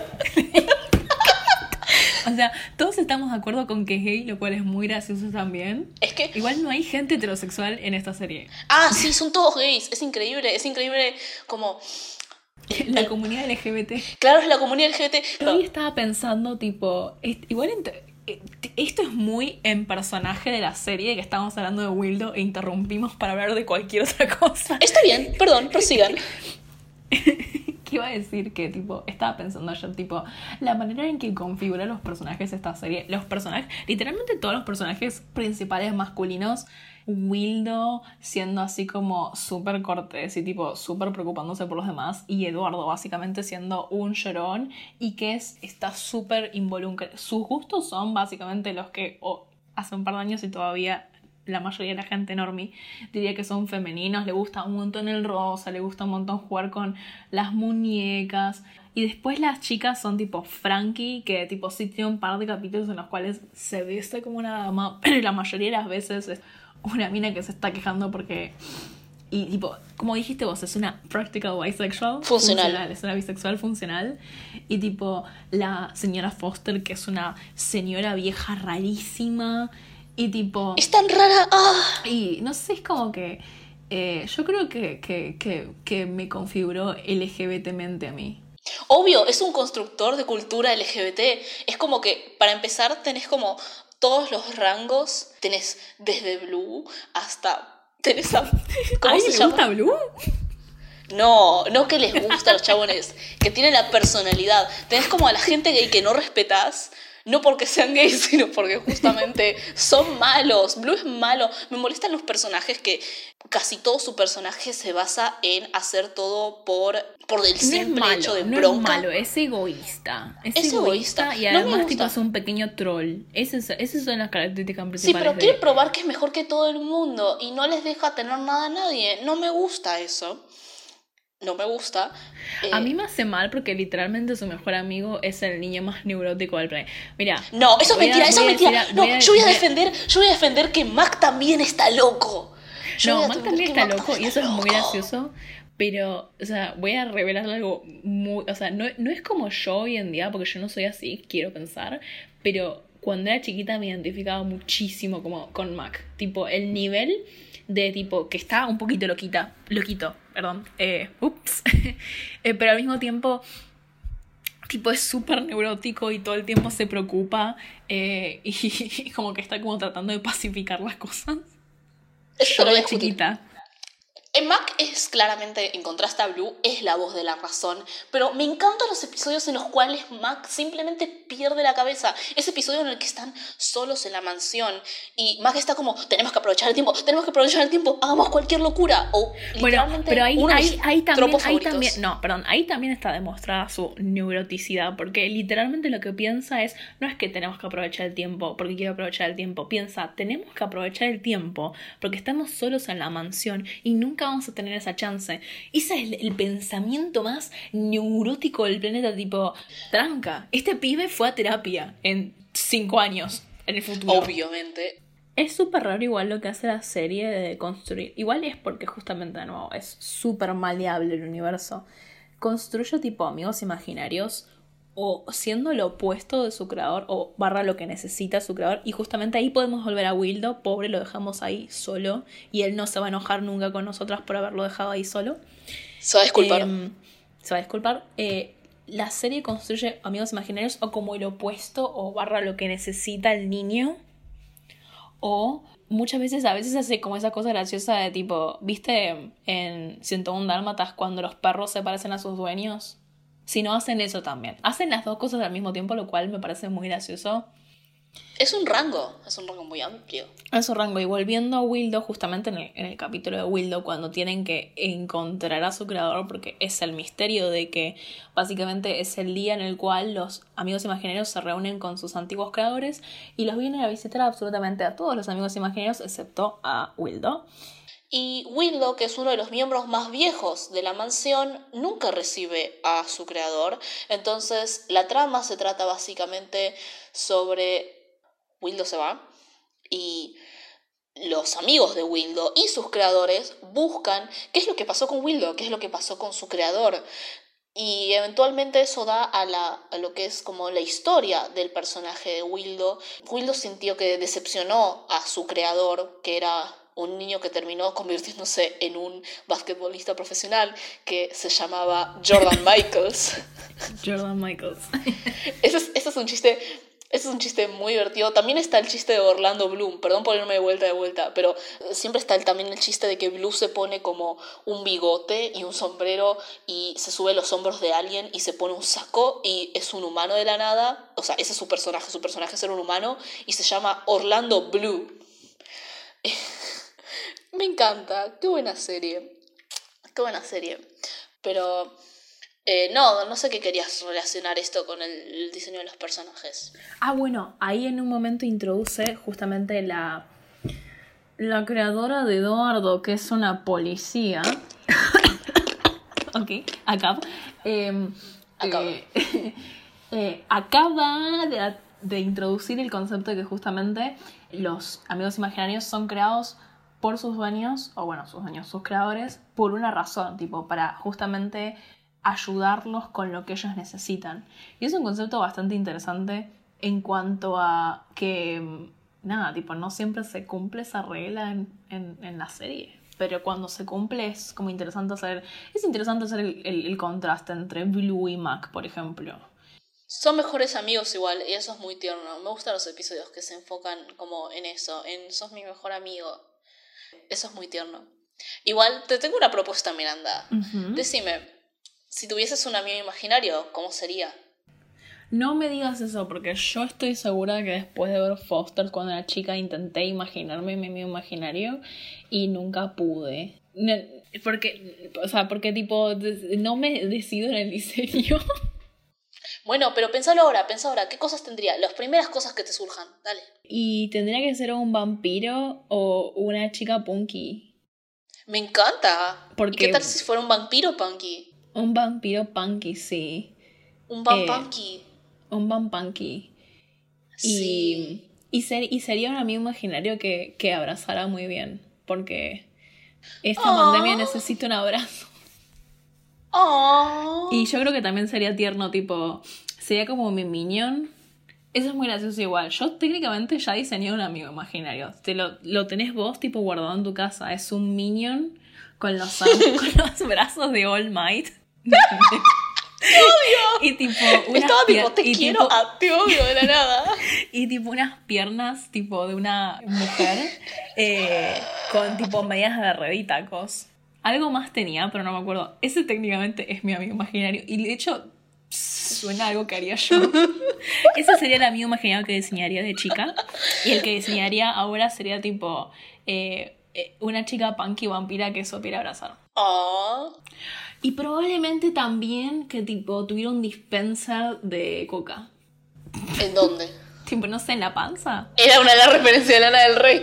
O sea, todos estamos de acuerdo con que es gay, lo cual es muy gracioso también. Es que... Igual no hay gente heterosexual en esta serie. Ah, sí, son todos gays. Es increíble, es increíble como... La comunidad L G B T. Claro, es la comunidad L G B T. Hoy estaba pensando, tipo, est- igual ent- esto es muy en personaje de la serie, que estábamos hablando de Wildo e interrumpimos para hablar de cualquier otra cosa. Está bien, perdón, prosigan. ¿Qué iba a decir? Que tipo, estaba pensando yo, tipo, la manera en que configura los personajes esta serie, los personajes, literalmente todos los personajes principales masculinos, Wildo siendo así como súper cortés y tipo súper preocupándose por los demás, y Eduardo básicamente siendo un llorón y que es, está súper involucrado. Sus gustos son básicamente los que oh, hace un par de años y todavía la mayoría de la gente normie diría que son femeninos. Le gusta un montón el rosa, le gusta un montón jugar con las muñecas. Y después las chicas son tipo Frankie, que tipo sí tiene un par de capítulos en los cuales se viste como una dama, pero la mayoría de las veces es una mina que se está quejando porque... Y tipo, como dijiste vos, es una practical bisexual. Funcional. funcional. Es una bisexual funcional. Y tipo, la señora Foster, que es una señora vieja rarísima. Y tipo... Es tan rara. ¡Ah! Y no sé, es como que... Eh, yo creo que, que, que, que me configuró L G B T mente a mí. Obvio, es un constructor de cultura L G B T. Es como que, para empezar, tenés como todos los rangos. Tenés desde Blue hasta... Tenés a... ¿Cómo ¿Ay, se le llama? gusta Blue? No, no que les gusta a los chabones, que tienen la personalidad. Tenés como a la gente gay que no respetás, no porque sean gays, sino porque justamente son malos. Blue es malo. Me molestan los personajes que casi todo su personaje se basa en hacer todo por, por el No simple es malo, hecho de no bronca. es malo, es egoísta. Es, Es egoísta, egoísta. y No me además gusta. tipo es un pequeño troll. Esas, esas son las características Sí, principales pero de... quiere probar que es mejor que todo el mundo y no les deja tener nada a nadie. No me gusta eso. No me gusta. Eh, A mí me hace mal porque literalmente su mejor amigo es el niño más neurótico del planeta. Mira. No, eso es voy a- mentira, eso es voy a mentira. decir a- No, voy a- yo voy a voy a- defender, yo voy a defender que Mac también está loco. Yo voy No, a Mac defender también que está Mac loco y también eso es está muy loco. gracioso. Pero, o sea, voy a revelar algo muy... O sea, no, no es como yo hoy en día, porque yo no soy así, quiero pensar. Pero cuando era chiquita me identificaba muchísimo como con Mac. Tipo, el nivel de tipo que está un poquito loquita. Loquito, perdón. Eh, ups. Eh, pero al mismo tiempo... Tipo, es súper neurótico y todo el tiempo se preocupa. Eh, y, y como que está como tratando de pacificar las cosas. Eso te Yo lo voy a de discutir. chiquita. En Mac es claramente, en contraste a Blue, es la voz de la razón. Pero me encantan los episodios en los cuales Mac simplemente pierde la cabeza. Ese episodio en el que están solos en la mansión y Mac está como, tenemos que aprovechar el tiempo, tenemos que aprovechar el tiempo, hagamos cualquier locura. O Bueno, literalmente pero ahí, uno de ahí, mis ahí también, tropos ahí favoritos. también, no, perdón, ahí también está demostrada su neuroticidad, porque literalmente lo que piensa es, no es que tenemos que aprovechar el tiempo porque quiero aprovechar el tiempo, piensa, tenemos que aprovechar el tiempo porque estamos solos en la mansión y nunca vamos a tener esa chance. Ese es el, el pensamiento más neurótico del planeta, tipo, tranca, este pibe fue a terapia en cinco años, en el futuro. Obviamente. Es súper raro igual lo que hace la serie de construir. Igual es porque justamente de nuevo es súper maleable el universo. Construye tipo amigos imaginarios o siendo lo opuesto de su creador o barra lo que necesita su creador. Y justamente ahí podemos volver a Wildo. Pobre, lo dejamos ahí solo. Y él no se va a enojar nunca con nosotras por haberlo dejado ahí solo. Se va a disculpar. Eh, se va a disculpar. Eh, la serie construye amigos imaginarios o como el opuesto o barra lo que necesita el niño. O muchas veces, a veces hace como esa cosa graciosa de tipo, ¿viste en ciento uno Dálmatas cuando los perros se parecen a sus dueños? Si no, hacen eso también. Hacen las dos cosas al mismo tiempo, lo cual me parece muy gracioso. Es un rango, es un rango muy amplio. A su rango. Y volviendo a Wildo, justamente en el, en el capítulo de Wildo, cuando tienen que encontrar a su creador, porque es el misterio de que básicamente es el día en el cual los amigos imaginarios se reúnen con sus antiguos creadores y los vienen a visitar absolutamente a todos los amigos imaginarios excepto a Wildo. Y Wildo, que es uno de los miembros más viejos de la mansión, nunca recibe a su creador. Entonces la trama se trata básicamente sobre Wildo se va y los amigos de Wildo y sus creadores buscan qué es lo que pasó con Wildo, qué es lo que pasó con su creador. Y eventualmente eso da a, la, a lo que es como la historia del personaje de Wildo. Wildo sintió que decepcionó a su creador, que era un niño que terminó convirtiéndose en un basquetbolista profesional que se llamaba Jordan Michaels. Jordan Michaels. Ese es, ese es un chiste... Ese es un chiste muy divertido. También está el chiste de Orlando Bloom. Perdón por irme de vuelta de vuelta, pero siempre está el, también el chiste de que Blue se pone como un bigote y un sombrero y se sube a los hombros de alguien y se pone un saco y es un humano de la nada. O sea, ese es su personaje. Su personaje es ser un humano y se llama Orlando Blue. Me encanta. Qué buena serie. Qué buena serie. Pero... Eh, no, no sé qué querías relacionar esto con el, el diseño de los personajes. Ah, bueno, ahí en un momento introduce justamente la, la creadora de Eduardo, que es una policía. Ok, acá. Eh, Acaba. Eh, eh, acaba de, de introducir el concepto de que justamente los amigos imaginarios son creados por sus dueños, o bueno, sus dueños, sus creadores, por una razón, tipo, para justamente ayudarlos con lo que ellos necesitan. Y es un concepto bastante interesante en cuanto a que, nada, tipo, no siempre se cumple esa regla en, en, en la serie. Pero cuando se cumple es como interesante hacer... Es interesante hacer el, el, el contraste entre Blue y Mac, por ejemplo. Son mejores amigos igual, y eso es muy tierno. Me gustan los episodios que se enfocan como en eso, en sos mi mejor amigo. Eso es muy tierno. Igual, te tengo una propuesta, Miranda. Uh-huh. Decime... Si tuvieses un amigo imaginario, ¿cómo sería? No me digas eso, porque yo estoy segura de que después de ver Foster cuando era chica intenté imaginarme mi amigo imaginario y nunca pude. No, porque, o sea, porque tipo, no me decido en el diseño. Bueno, pero pensalo ahora, pensá ahora, ¿qué cosas tendría? Las primeras cosas que te surjan, dale. Y tendría que ser un vampiro o una chica punky. Me encanta. Porque... ¿Y qué tal si fuera un vampiro punky? Un vampiro punky, sí. Un vampunky. Eh, un vampunky. Sí. Y, y, ser, y sería un amigo imaginario que, que abrazara muy bien. Porque esta Aww. pandemia necesita un abrazo. Aww. Y yo creo que también sería tierno, tipo... Sería como mi minion. Eso es muy gracioso igual. Yo técnicamente ya diseñé un amigo imaginario. Te lo, lo tenés vos, tipo, guardado en tu casa. Es un minion con los, con los brazos de All Might. ¡Te odio! Y tipo unas Estaba tipo, pier- te y quiero, tipo, a, te odio de la nada. Y tipo unas piernas tipo de una mujer eh, con tipo medias de red y tacos. Algo más tenía, pero no me acuerdo. Ese técnicamente es mi amigo imaginario. Y de hecho, suena algo que haría yo. Ese sería el amigo imaginario que diseñaría de chica. Y el que diseñaría ahora sería tipo eh, una chica punky vampira que eso quiere abrazar. Aww. Y probablemente también que tipo tuviera un dispenser de coca. ¿En dónde? Tipo, no sé, en la panza. Era una de las referencias de Lana del Rey.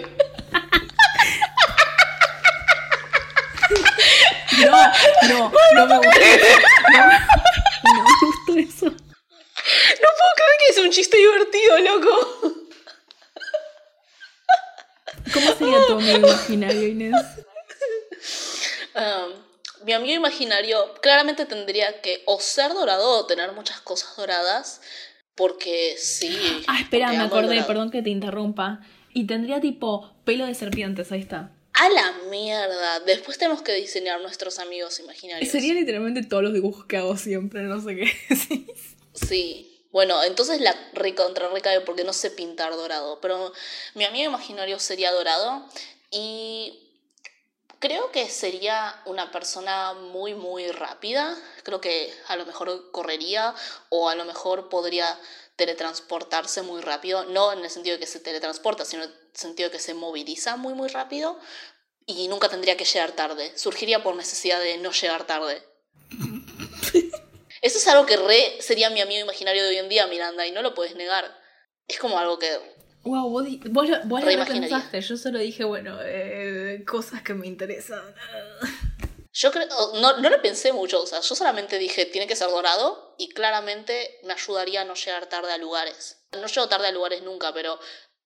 No, no, no me gusta eso. No, no me gustó eso. No puedo creer que es un chiste divertido, loco. ¿Cómo sería tu amigo imaginario, Inés? Um, mi amigo imaginario claramente tendría que o ser dorado o tener muchas cosas doradas. Porque sí. Ah, espera, me acordé, dorado. perdón que te interrumpa. Y tendría tipo pelo de serpientes, ahí está. A la mierda. Después tenemos que diseñar nuestros amigos imaginarios. Sería literalmente todos los dibujos que hago siempre, no sé qué decís. Sí. Bueno, entonces la recontra recae porque no sé pintar dorado. Pero mi amigo imaginario sería dorado. Y creo que sería una persona muy, muy rápida. Creo que a lo mejor correría o a lo mejor podría teletransportarse muy rápido, no en el sentido de que se teletransporta, sino en el sentido de que se moviliza muy muy rápido y nunca tendría que llegar tarde. Surgiría por necesidad de no llegar tarde. Eso es algo que re sería mi amigo imaginario de hoy en día, Miranda, y no lo puedes negar. Es como algo que... Wow, vos, vos, lo- vos lo Reimaginaría. pensaste, yo solo dije, bueno, eh, cosas que me interesan. Yo creo, no, no lo pensé mucho, o sea, yo solamente dije, tiene que ser dorado y claramente me ayudaría a no llegar tarde a lugares. No llego tarde a lugares nunca, pero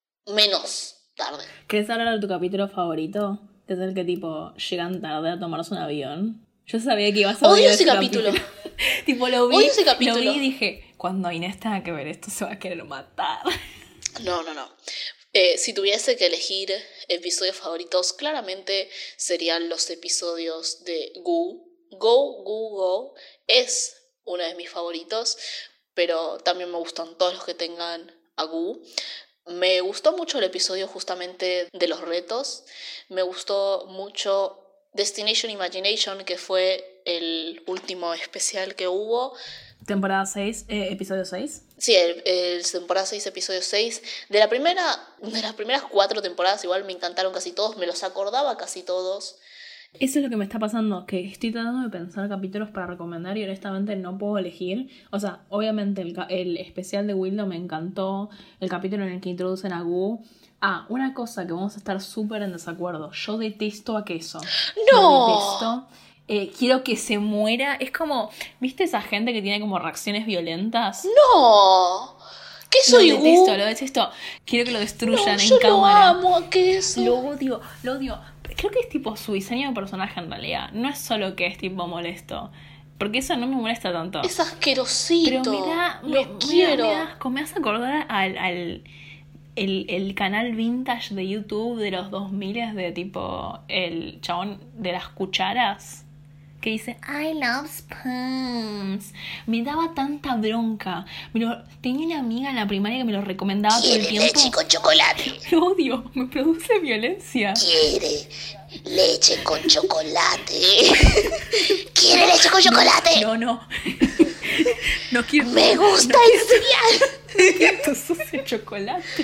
menos tarde. ¿Querés hablar de tu capítulo favorito? Que es el que tipo llegan tarde a tomarse un avión. Yo sabía que ibas a Odio odiar ese ese capítulo. Tipo, lo vi, Odio ese capítulo. lo vi y dije, cuando Inés tenga que ver esto se va a querer matar. No, no, no. Eh, si tuviese que elegir episodios favoritos, claramente serían los episodios de Goo. Go, Goo, Go es uno de mis favoritos, pero también me gustan todos los que tengan a Goo. Me gustó mucho el episodio justamente de los retos. Me gustó mucho Destination Imagination, que fue el último especial que hubo. Temporada seis, eh, episodio seis. Sí, el, el temporada seis, episodio seis. De la primera, de las primeras cuatro temporadas igual me encantaron casi todos, me los acordaba casi todos. Eso es lo que me está pasando, que estoy tratando de pensar capítulos para recomendar y honestamente no puedo elegir. O sea, obviamente el, ca- el especial de Willow me encantó, el capítulo en el que introducen a Goo. Ah, una cosa que vamos a estar súper en desacuerdo. Yo detesto a Queso. ¡No! Lo detesto. Eh, quiero que se muera. Es como, ¿viste esa gente que tiene como reacciones violentas? ¡No! ¿Qué Lo soy detesto, Goo? lo detesto. Quiero que lo destruyan No, en yo cámara. lo amo a Queso. Lo odio, lo odio. Creo que es tipo su diseño de personaje en realidad. No es solo que es tipo molesto. Porque eso no me molesta tanto. Es asquerosito. Pero me da. Lo Me, me quiero. da- me da asco. Me hace acordar al. al el, el canal vintage de YouTube de los dos mil de tipo. El chabón de las cucharas. Que dice, I love spoons. Me daba tanta bronca. Me lo- tenía una amiga en la primaria que me lo recomendaba todo el Quiere leche tiempo. con chocolate. Lo odio, me produce violencia. Quiere leche con chocolate. Quiere leche con chocolate. No, no. No quiero. Me gusta no el cereal. quiero, quiero tu sucio chocolate.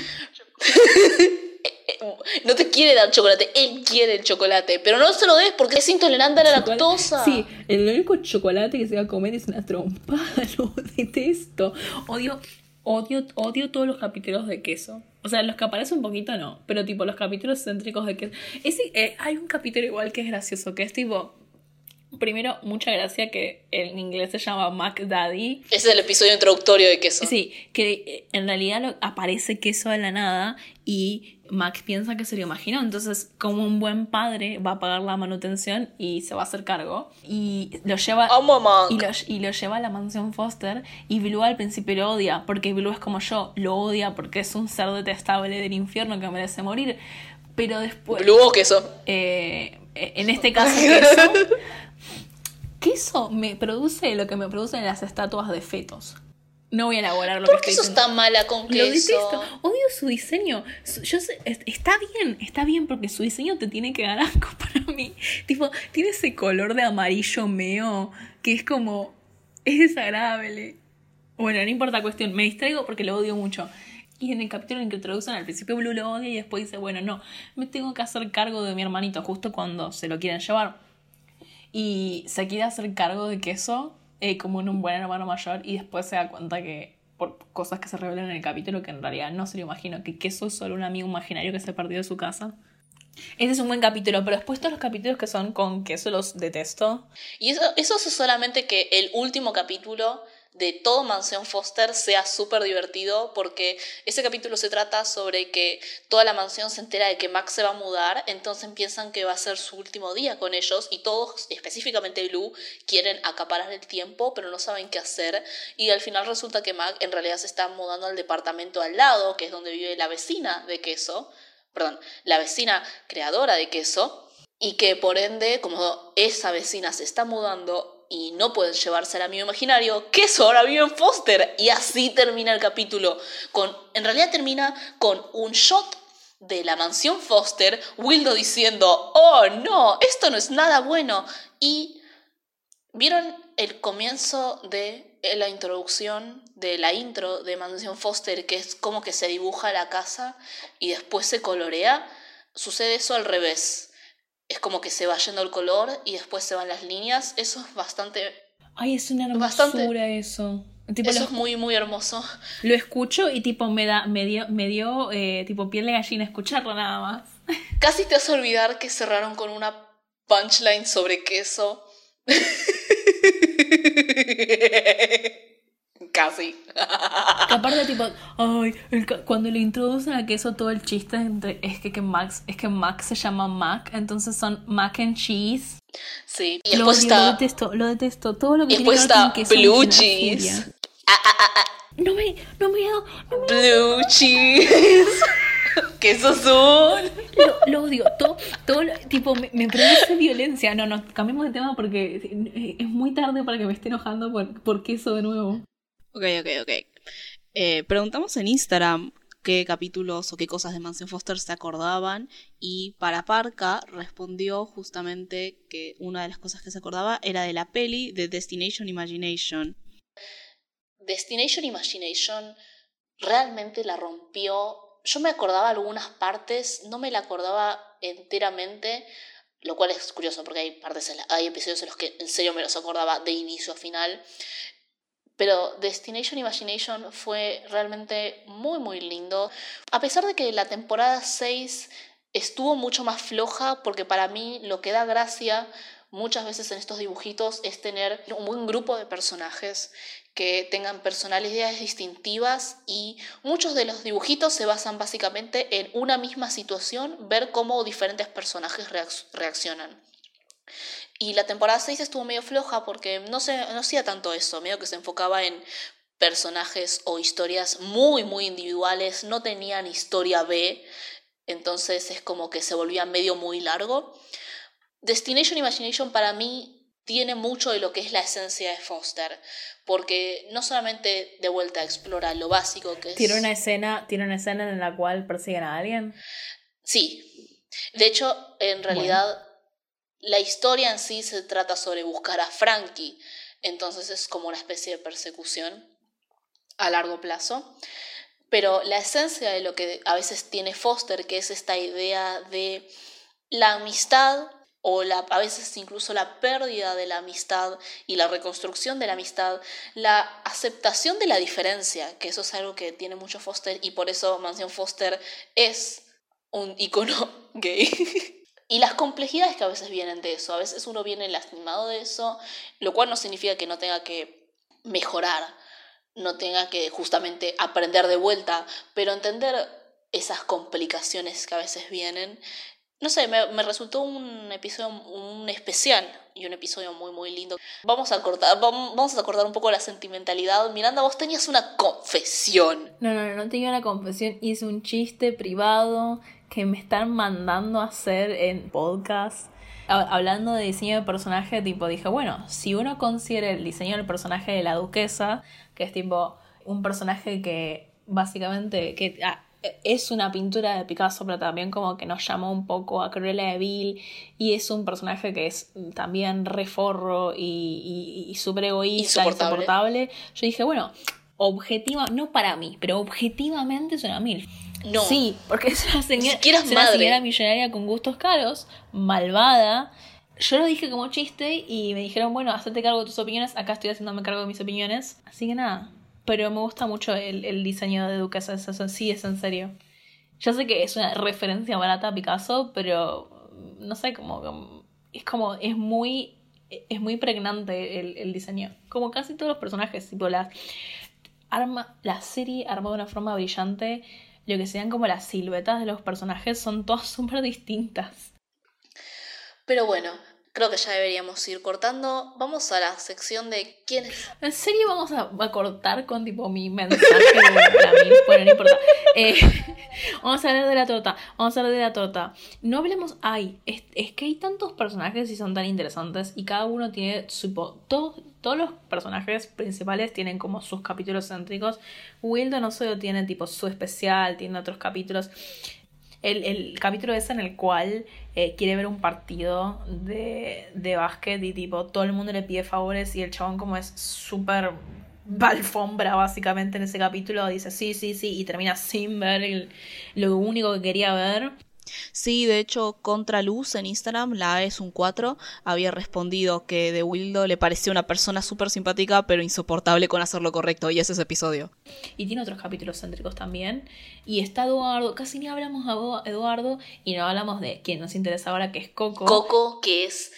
No te quiere dar chocolate, él quiere el chocolate, pero no se lo des porque es intolerante a la Chocolate- lactosa. Sí, el único chocolate que se va a comer es una trompada, lo detesto. Odio, odio, odio todos los capítulos de queso. O sea, los que aparecen un poquito no, pero tipo los capítulos céntricos de queso. Ese, eh, hay un capítulo igual que es gracioso, que es tipo... Primero, mucha gracia que en inglés se llama Mac Daddy. Ese es el episodio introductorio de Queso. Sí, que eh, en realidad lo- aparece queso de la nada y Mac piensa que se lo imaginó. Entonces, como un buen padre, va a pagar la manutención y se va a hacer cargo. Y lo lleva, Amo a Mac. y lo, y lo lleva a la mansión Foster. Y Blue al principio lo odia, porque Blue es como yo, lo odia porque es un ser detestable del infierno que merece morir. Pero después... Blue o Queso. Eh, en este caso, queso. Queso me produce lo que me producen las estatuas de fetos. No voy a elaborar lo ¿Por que qué estoy sos diciendo. tan mala con Lo Queso? detesto. Odio su diseño. Su- Yo sé, es- está bien, está bien porque su diseño te tiene que dar asco para mí. Tipo, tiene ese color de amarillo meo que es como... Es desagradable. Bueno, no importa cuestión. Me distraigo porque lo odio mucho. Y en el capítulo en que introducen al principio Blue lo odia y después dice, bueno, no, me tengo que hacer cargo de mi hermanito justo cuando se lo quieren llevar. Y se quiere hacer cargo de Queso eh, como en un buen hermano mayor y después se da cuenta que por cosas que se revelan en el capítulo que en realidad no se lo imagino, que Queso es solo un amigo imaginario que se perdió de su casa. Ese es un buen capítulo, pero después todos los capítulos que son con Queso los detesto. Y eso, eso es solamente que el último capítulo de todo Mansión Foster sea súper divertido, porque ese capítulo se trata sobre que toda la mansión se entera de que Max se va a mudar, entonces piensan que va a ser su último día con ellos y todos, específicamente Blue, quieren acaparar el tiempo pero no saben qué hacer, y al final resulta que Mac en realidad se está mudando al departamento al lado, que es donde vive la vecina de Queso, perdón, la vecina creadora de Queso, y que por ende, como esa vecina se está mudando y no pueden llevarse al amigo imaginario, Queso ahora vive en Foster. Y así termina el capítulo. Con, en realidad termina con un shot de la mansión Foster, Wildo diciendo, oh no, esto no es nada bueno. Y ¿vieron el comienzo de en la introducción de la intro de Mansión Foster, que es como que se dibuja la casa y después se colorea, sucede eso al revés. Es como que se va yendo el color y después se van las líneas. Eso es bastante... Ay, es una hermosura bastante, eso. Tipo, eso lo, es muy, muy hermoso. Lo escucho y tipo me da, me dio, me dio eh, tipo piel de gallina escucharlo nada más. Casi te vas a olvidar que cerraron con una punchline sobre queso. Casi. Que aparte tipo, ay, el, cuando le introducen a queso todo el chiste entre, es que, que Max, es que Max se llama Mac, entonces son mac and cheese. Sí. Y lo, después odio, está. Lo detesto, lo detesto. Todo lo que Y tiene después que ver está con queso blue me cheese. Ah, ah, ah, ah. No me, no me da, no me Blue cheese. Queso azul. Lo, lo odio, todo, todo tipo, me, me produce violencia. No, no, cambiemos de tema porque es muy tarde para que me esté enojando por, por queso de nuevo. Ok, ok, ok. Eh, preguntamos en Instagram qué capítulos o qué cosas de Mansión Foster se acordaban y para Parca respondió justamente que una de las cosas que se acordaba era de la peli de Destination Imagination. Destination Imagination realmente la rompió. Yo me acordaba algunas partes, no me la acordaba enteramente, lo cual es curioso porque hay partes, en la, hay episodios en los que en serio me los acordaba de inicio a final. Pero Destination Imagination fue realmente muy muy lindo. A pesar de que la temporada seis estuvo mucho más floja, porque para mí lo que da gracia muchas veces en estos dibujitos es tener un buen grupo de personajes que tengan personalidades distintivas y muchos de los dibujitos se basan básicamente en una misma situación, ver cómo diferentes personajes reacc- reaccionan. Y la temporada seis estuvo medio floja porque no, se, no hacía tanto eso, medio que se enfocaba en personajes o historias muy muy individuales, no tenían historia B, entonces es como que se volvía medio muy largo. Destination Imagination para mí tiene mucho de lo que es la esencia de Foster, porque no solamente de vuelta explora lo básico que es... ¿Tiene una escena, ¿tiene una escena en la cual persiguen a alguien? Sí, de hecho en realidad... Bueno. La historia en sí se trata sobre buscar a Frankie, entonces es como una especie de persecución a largo plazo. Pero la esencia de lo que a veces tiene Foster, que es esta idea de la amistad, o la, a veces incluso la pérdida de la amistad y la reconstrucción de la amistad, la aceptación de la diferencia, que eso es algo que tiene mucho Foster y por eso Mansión Foster es un icono gay. Y las complejidades que a veces vienen de eso, a veces uno viene lastimado de eso, lo cual no significa que no tenga que mejorar, no tenga que justamente aprender de vuelta, pero entender esas complicaciones que a veces vienen. No sé, me, me resultó un episodio, un especial y un episodio muy muy lindo. Vamos a cortar, vamos a cortar un poco la sentimentalidad. Miranda, vos tenías una confesión. No, no, no, no tenía una confesión, hice un chiste privado que me están mandando a hacer en podcast. Hablando de diseño de personaje, tipo, dije, bueno, si uno considera el diseño del personaje de la duquesa, que es tipo un personaje que básicamente que ah, es una pintura de Picasso, pero también como que nos llamó un poco a Cruella de Vil, y es un personaje que es también reforro y, y, y súper egoísta, insoportable. insoportable. Yo dije, bueno, objetiva, no para mí, pero objetivamente es una milf. No. Sí, porque es una señora, es es una señora millonaria con gustos caros, malvada. Yo lo dije como chiste y me dijeron, bueno, hacete cargo de tus opiniones. Acá estoy haciéndome cargo de mis opiniones. Así que nada. Pero me gusta mucho el, el diseño de duquesa. Eso sí, es en serio. Yo sé que es una referencia barata a Picasso, pero no sé, como es como, es muy, es muy pregnante el, el diseño. Como casi todos los personajes, tipo la, arma, la serie armó de una forma brillante. Lo que sean como las siluetas de los personajes son todas súper distintas. Pero bueno, creo que ya deberíamos ir cortando. Vamos a la sección de quién es. ¿En serio vamos a, a cortar con tipo mi mensaje para mí? Bueno, no importa. Eh, vamos a hablar de la torta. Vamos a hablar de la torta. No hablemos... Ay, es, es que hay tantos personajes y son tan interesantes. Y cada uno tiene su... Todos, todos los personajes principales tienen como sus capítulos céntricos. Wildo no solo tiene tipo su especial, tiene otros capítulos... El, el capítulo ese en el cual eh, quiere ver un partido de, de básquet y tipo todo el mundo le pide favores y el chabón como es súper alfombra básicamente en ese capítulo, dice sí, sí, sí, y termina sin ver el- lo único que quería ver. Sí, de hecho, Contraluz en Instagram, la A es un cuatro, había respondido que de Wildo le parecía una persona súper simpática, pero insoportable con hacer lo correcto, y ese es ese episodio. Y tiene otros capítulos céntricos también. Y está Eduardo, casi ni hablamos de Eduardo y no hablamos de quien nos interesa ahora, que es Coco. Coco, que es...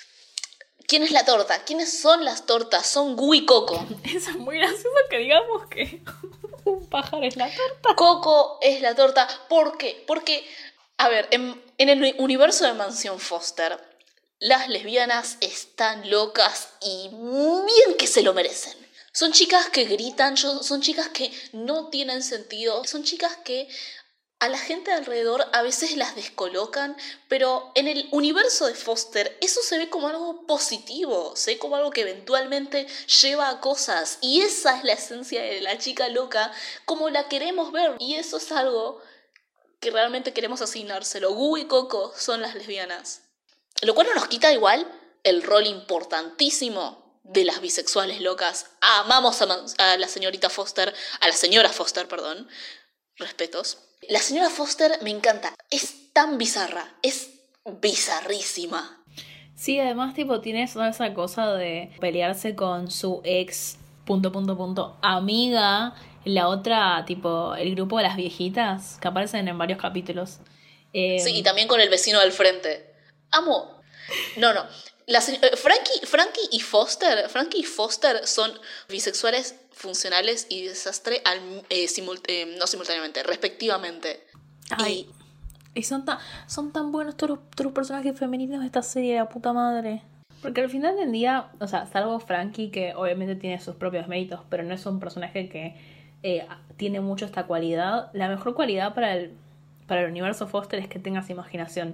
¿Quién es la torta? ¿Quiénes son las tortas? Son Gu y Coco. Eso es muy gracioso que digamos que un pájaro es la torta. Coco es la torta. ¿Por qué? Porque, a ver, en, en el universo de Mansión Foster, las lesbianas están locas y bien que se lo merecen. Son chicas que gritan, son chicas que no tienen sentido, son chicas que a la gente de alrededor a veces las descolocan, pero en el universo de Foster eso se ve como algo positivo, se ve como algo que eventualmente lleva a cosas, y esa es la esencia de la chica loca como la queremos ver, y eso es algo que realmente queremos asignárselo. Gu y Coco son las lesbianas, lo cual no nos quita igual el rol importantísimo de las bisexuales locas. Amamos a, a la señorita Foster, a la señora Foster, perdón, respetos. La señora Foster me encanta, es tan bizarra, es bizarrísima. Sí, además tipo tiene toda esa cosa de pelearse con su ex punto punto punto amiga, la otra tipo el grupo de las viejitas que aparecen en varios capítulos. Eh, Sí, y también con el vecino del frente. Amo. No, no. La se- eh, Frankie, Frankie y Foster, Frankie y Foster son bisexuales funcionales y desastre al, eh, simul- eh, no simultáneamente, respectivamente. Ay, y son tan, son tan buenos todos los, todos los personajes femeninos de esta serie, la puta madre. Porque al final del día, o sea, salvo Frankie, que obviamente tiene sus propios méritos, pero no es un personaje que eh, tiene mucho esta cualidad. La mejor cualidad para el, para el universo Foster es que tengas imaginación.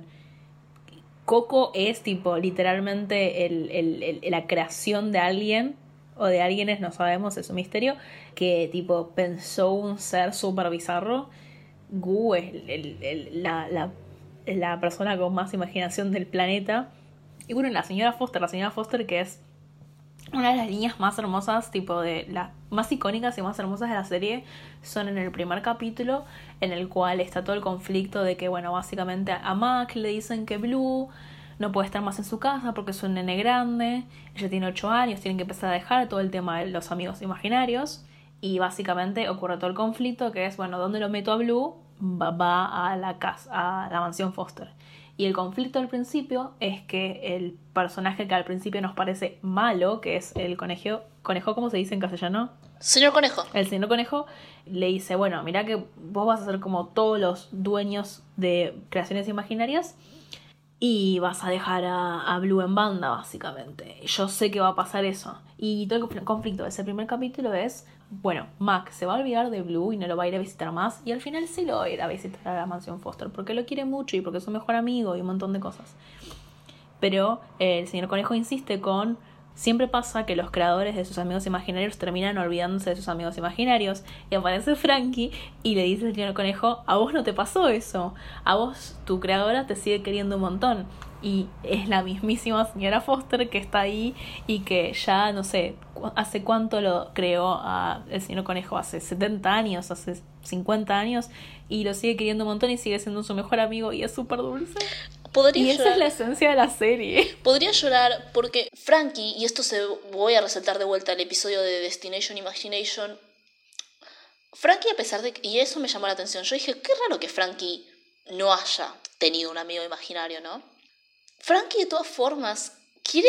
Coco es tipo literalmente el, el, el- la creación de alguien, o de alguienes, no sabemos, es un misterio, que tipo pensó un ser súper bizarro. Gu es el- el- el- la, la, la persona con más imaginación del planeta. Y bueno, la señora Foster, la señora Foster que es una de las líneas más hermosas, tipo de las más icónicas y más hermosas de la serie, son en el primer capítulo, en el cual está todo el conflicto de que, bueno, básicamente a Mac le dicen que Blue no puede estar más en su casa porque es un nene grande, ella tiene ocho años, tienen que empezar a dejar todo el tema de los amigos imaginarios, y básicamente ocurre todo el conflicto que es, bueno, ¿dónde lo meto a Blue? Va, va a la casa, a la mansión Foster. Y el conflicto al principio es que el personaje que al principio nos parece malo, que es el conejo, conejo, ¿cómo se dice en castellano? Señor Conejo. El señor conejo le dice, bueno, mira que vos vas a ser como todos los dueños de creaciones imaginarias y vas a dejar a, a Blue en banda, básicamente. Yo sé que va a pasar eso. Y todo el conflicto de ese primer capítulo es, bueno, Mac se va a olvidar de Blue y no lo va a ir a visitar más, y al final sí lo va a ir a visitar a la mansión Foster porque lo quiere mucho y porque es su mejor amigo y un montón de cosas. Pero eh, el señor Conejo insiste con, siempre pasa que los creadores de sus amigos imaginarios terminan olvidándose de sus amigos imaginarios, y aparece Frankie y le dice al señor Conejo, a vos no te pasó eso, a vos tu creadora te sigue queriendo un montón. Y es la mismísima señora Foster que está ahí y que ya, no sé, hace cuánto lo creó a el señor Conejo, hace setenta años, hace cincuenta años, y lo sigue queriendo un montón y sigue siendo su mejor amigo y es súper dulce. Podría Y esa llorar, es la esencia de la serie. podría llorar porque Frankie, y esto se voy a resaltar de vuelta el episodio de Destination Imagination, Frankie, a pesar de que, y eso me llamó la atención, yo dije, qué raro que Frankie no haya tenido un amigo imaginario, ¿no? Frankie de todas formas quiere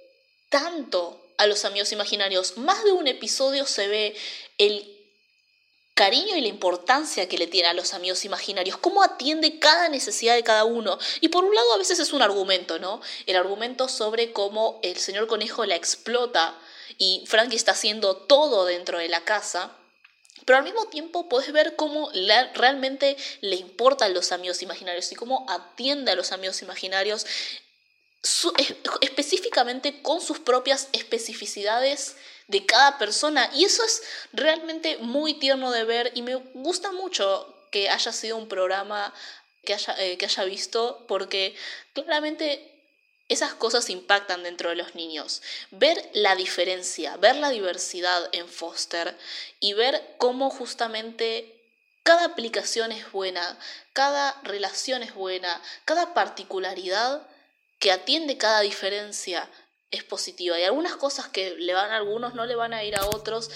tanto a los amigos imaginarios. Más de un episodio se ve el cariño y la importancia que le tiene a los amigos imaginarios, cómo atiende cada necesidad de cada uno. Y por un lado a veces es un argumento, ¿no? El argumento sobre cómo el señor Conejo la explota y Frankie está haciendo todo dentro de la casa. Pero al mismo tiempo puedes ver cómo la, realmente le importan los amigos imaginarios y cómo atiende a los amigos imaginarios su, es, específicamente con sus propias especificidades de cada persona. Y eso es realmente muy tierno de ver y me gusta mucho que haya sido un programa que haya, eh, que haya visto, porque claramente esas cosas impactan dentro de los niños. Ver la diferencia, ver la diversidad en Foster y ver cómo justamente cada aplicación es buena, cada relación es buena, cada particularidad que atiende cada diferencia es positiva. Y algunas cosas que le van a algunos no le van a ir a otros.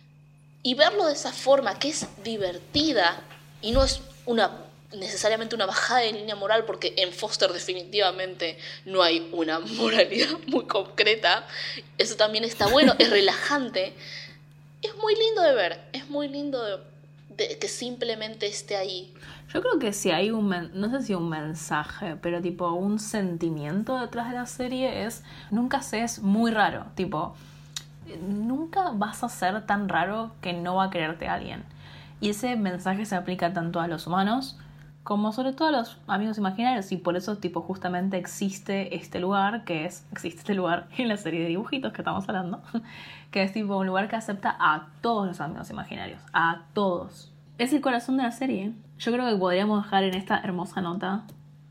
Y verlo de esa forma, que es divertida y no es una necesariamente una bajada de línea moral, porque en Foster definitivamente no hay una moralidad muy concreta. Eso también está bueno, es relajante. Es muy lindo de ver, es muy lindo de, de que simplemente esté ahí. Yo creo que si hay un, men- no sé si un mensaje, pero tipo un sentimiento detrás de la serie es, nunca seas muy raro, tipo, nunca vas a ser tan raro que no va a quererte alguien. Y ese mensaje se aplica tanto a los humanos como sobre todo a los amigos imaginarios, y por eso tipo justamente existe este lugar, que es, existe este lugar en la serie de dibujitos que estamos hablando, que es tipo un lugar que acepta a todos los amigos imaginarios, a todos. Es el corazón de la serie. Yo creo que podríamos dejar en esta hermosa nota.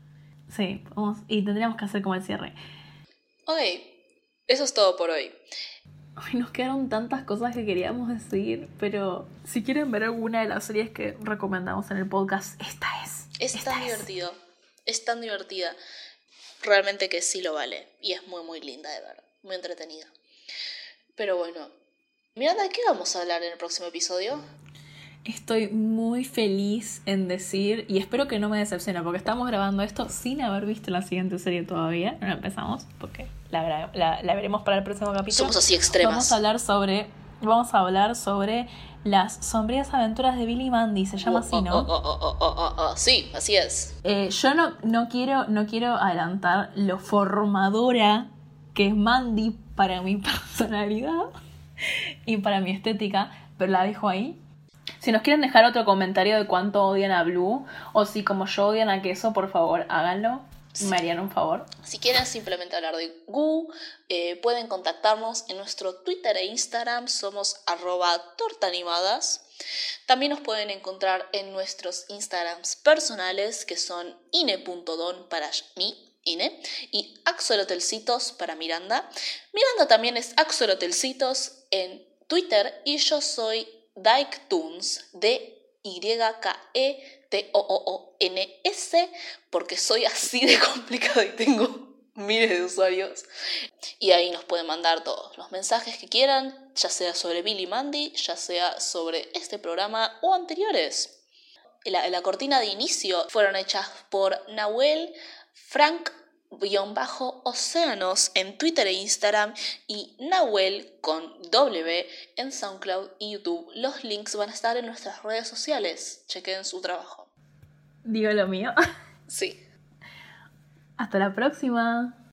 Sí, vamos, y tendríamos que hacer como el cierre. Ok, eso es todo por hoy. Ay, nos quedaron tantas cosas que queríamos decir, pero si quieren ver alguna de las series que recomendamos en el podcast, esta es. Es esta tan es. divertido, es tan divertida. Realmente que sí lo vale. Y es muy, muy linda de ver. Muy entretenida. Pero bueno, Miranda, ¿de qué vamos a hablar en el próximo episodio? Estoy muy feliz en decir, y espero que no me decepcione, porque estamos grabando esto sin haber visto la siguiente serie todavía. No la empezamos, porque la, la, la veremos para el próximo capítulo. Somos así extremas. Vamos a hablar sobre, vamos a hablar sobre las sombrías aventuras de Billy y Mandy, se llama Oh, así, ¿no? oh, oh, oh, oh, oh, oh, oh. Sí, así es. Eh, yo no, no, quiero, no quiero adelantar lo formadora que es Mandy para mi personalidad y para mi estética, pero la dejo ahí. Si nos quieren dejar otro comentario de cuánto odian a Blue, o si como yo odian a Queso, por favor, háganlo. Sí. Me harían un favor. Si quieren simplemente hablar de Goo, eh, pueden contactarnos en nuestro Twitter e Instagram. Somos arroba tortaanimadas. También nos pueden encontrar en nuestros Instagrams personales, que son ine punto don para mí, Ine, y Axolotelcitos para Miranda. Miranda también es Axolotelcitos en Twitter, y yo soy Dyketoons, D Y K E T O O O N S, porque soy así de complicado y tengo miles de usuarios. Y ahí nos pueden mandar todos los mensajes que quieran, ya sea sobre Billy y Mandy, ya sea sobre este programa o anteriores. La, la cortina de inicio fueron hechas por Nahuel Frank Océanos en Twitter e Instagram, y Nahuel con W en SoundCloud y YouTube. Los links van a estar en nuestras redes sociales. Chequen su trabajo. Digo lo mío. Sí. Hasta la próxima.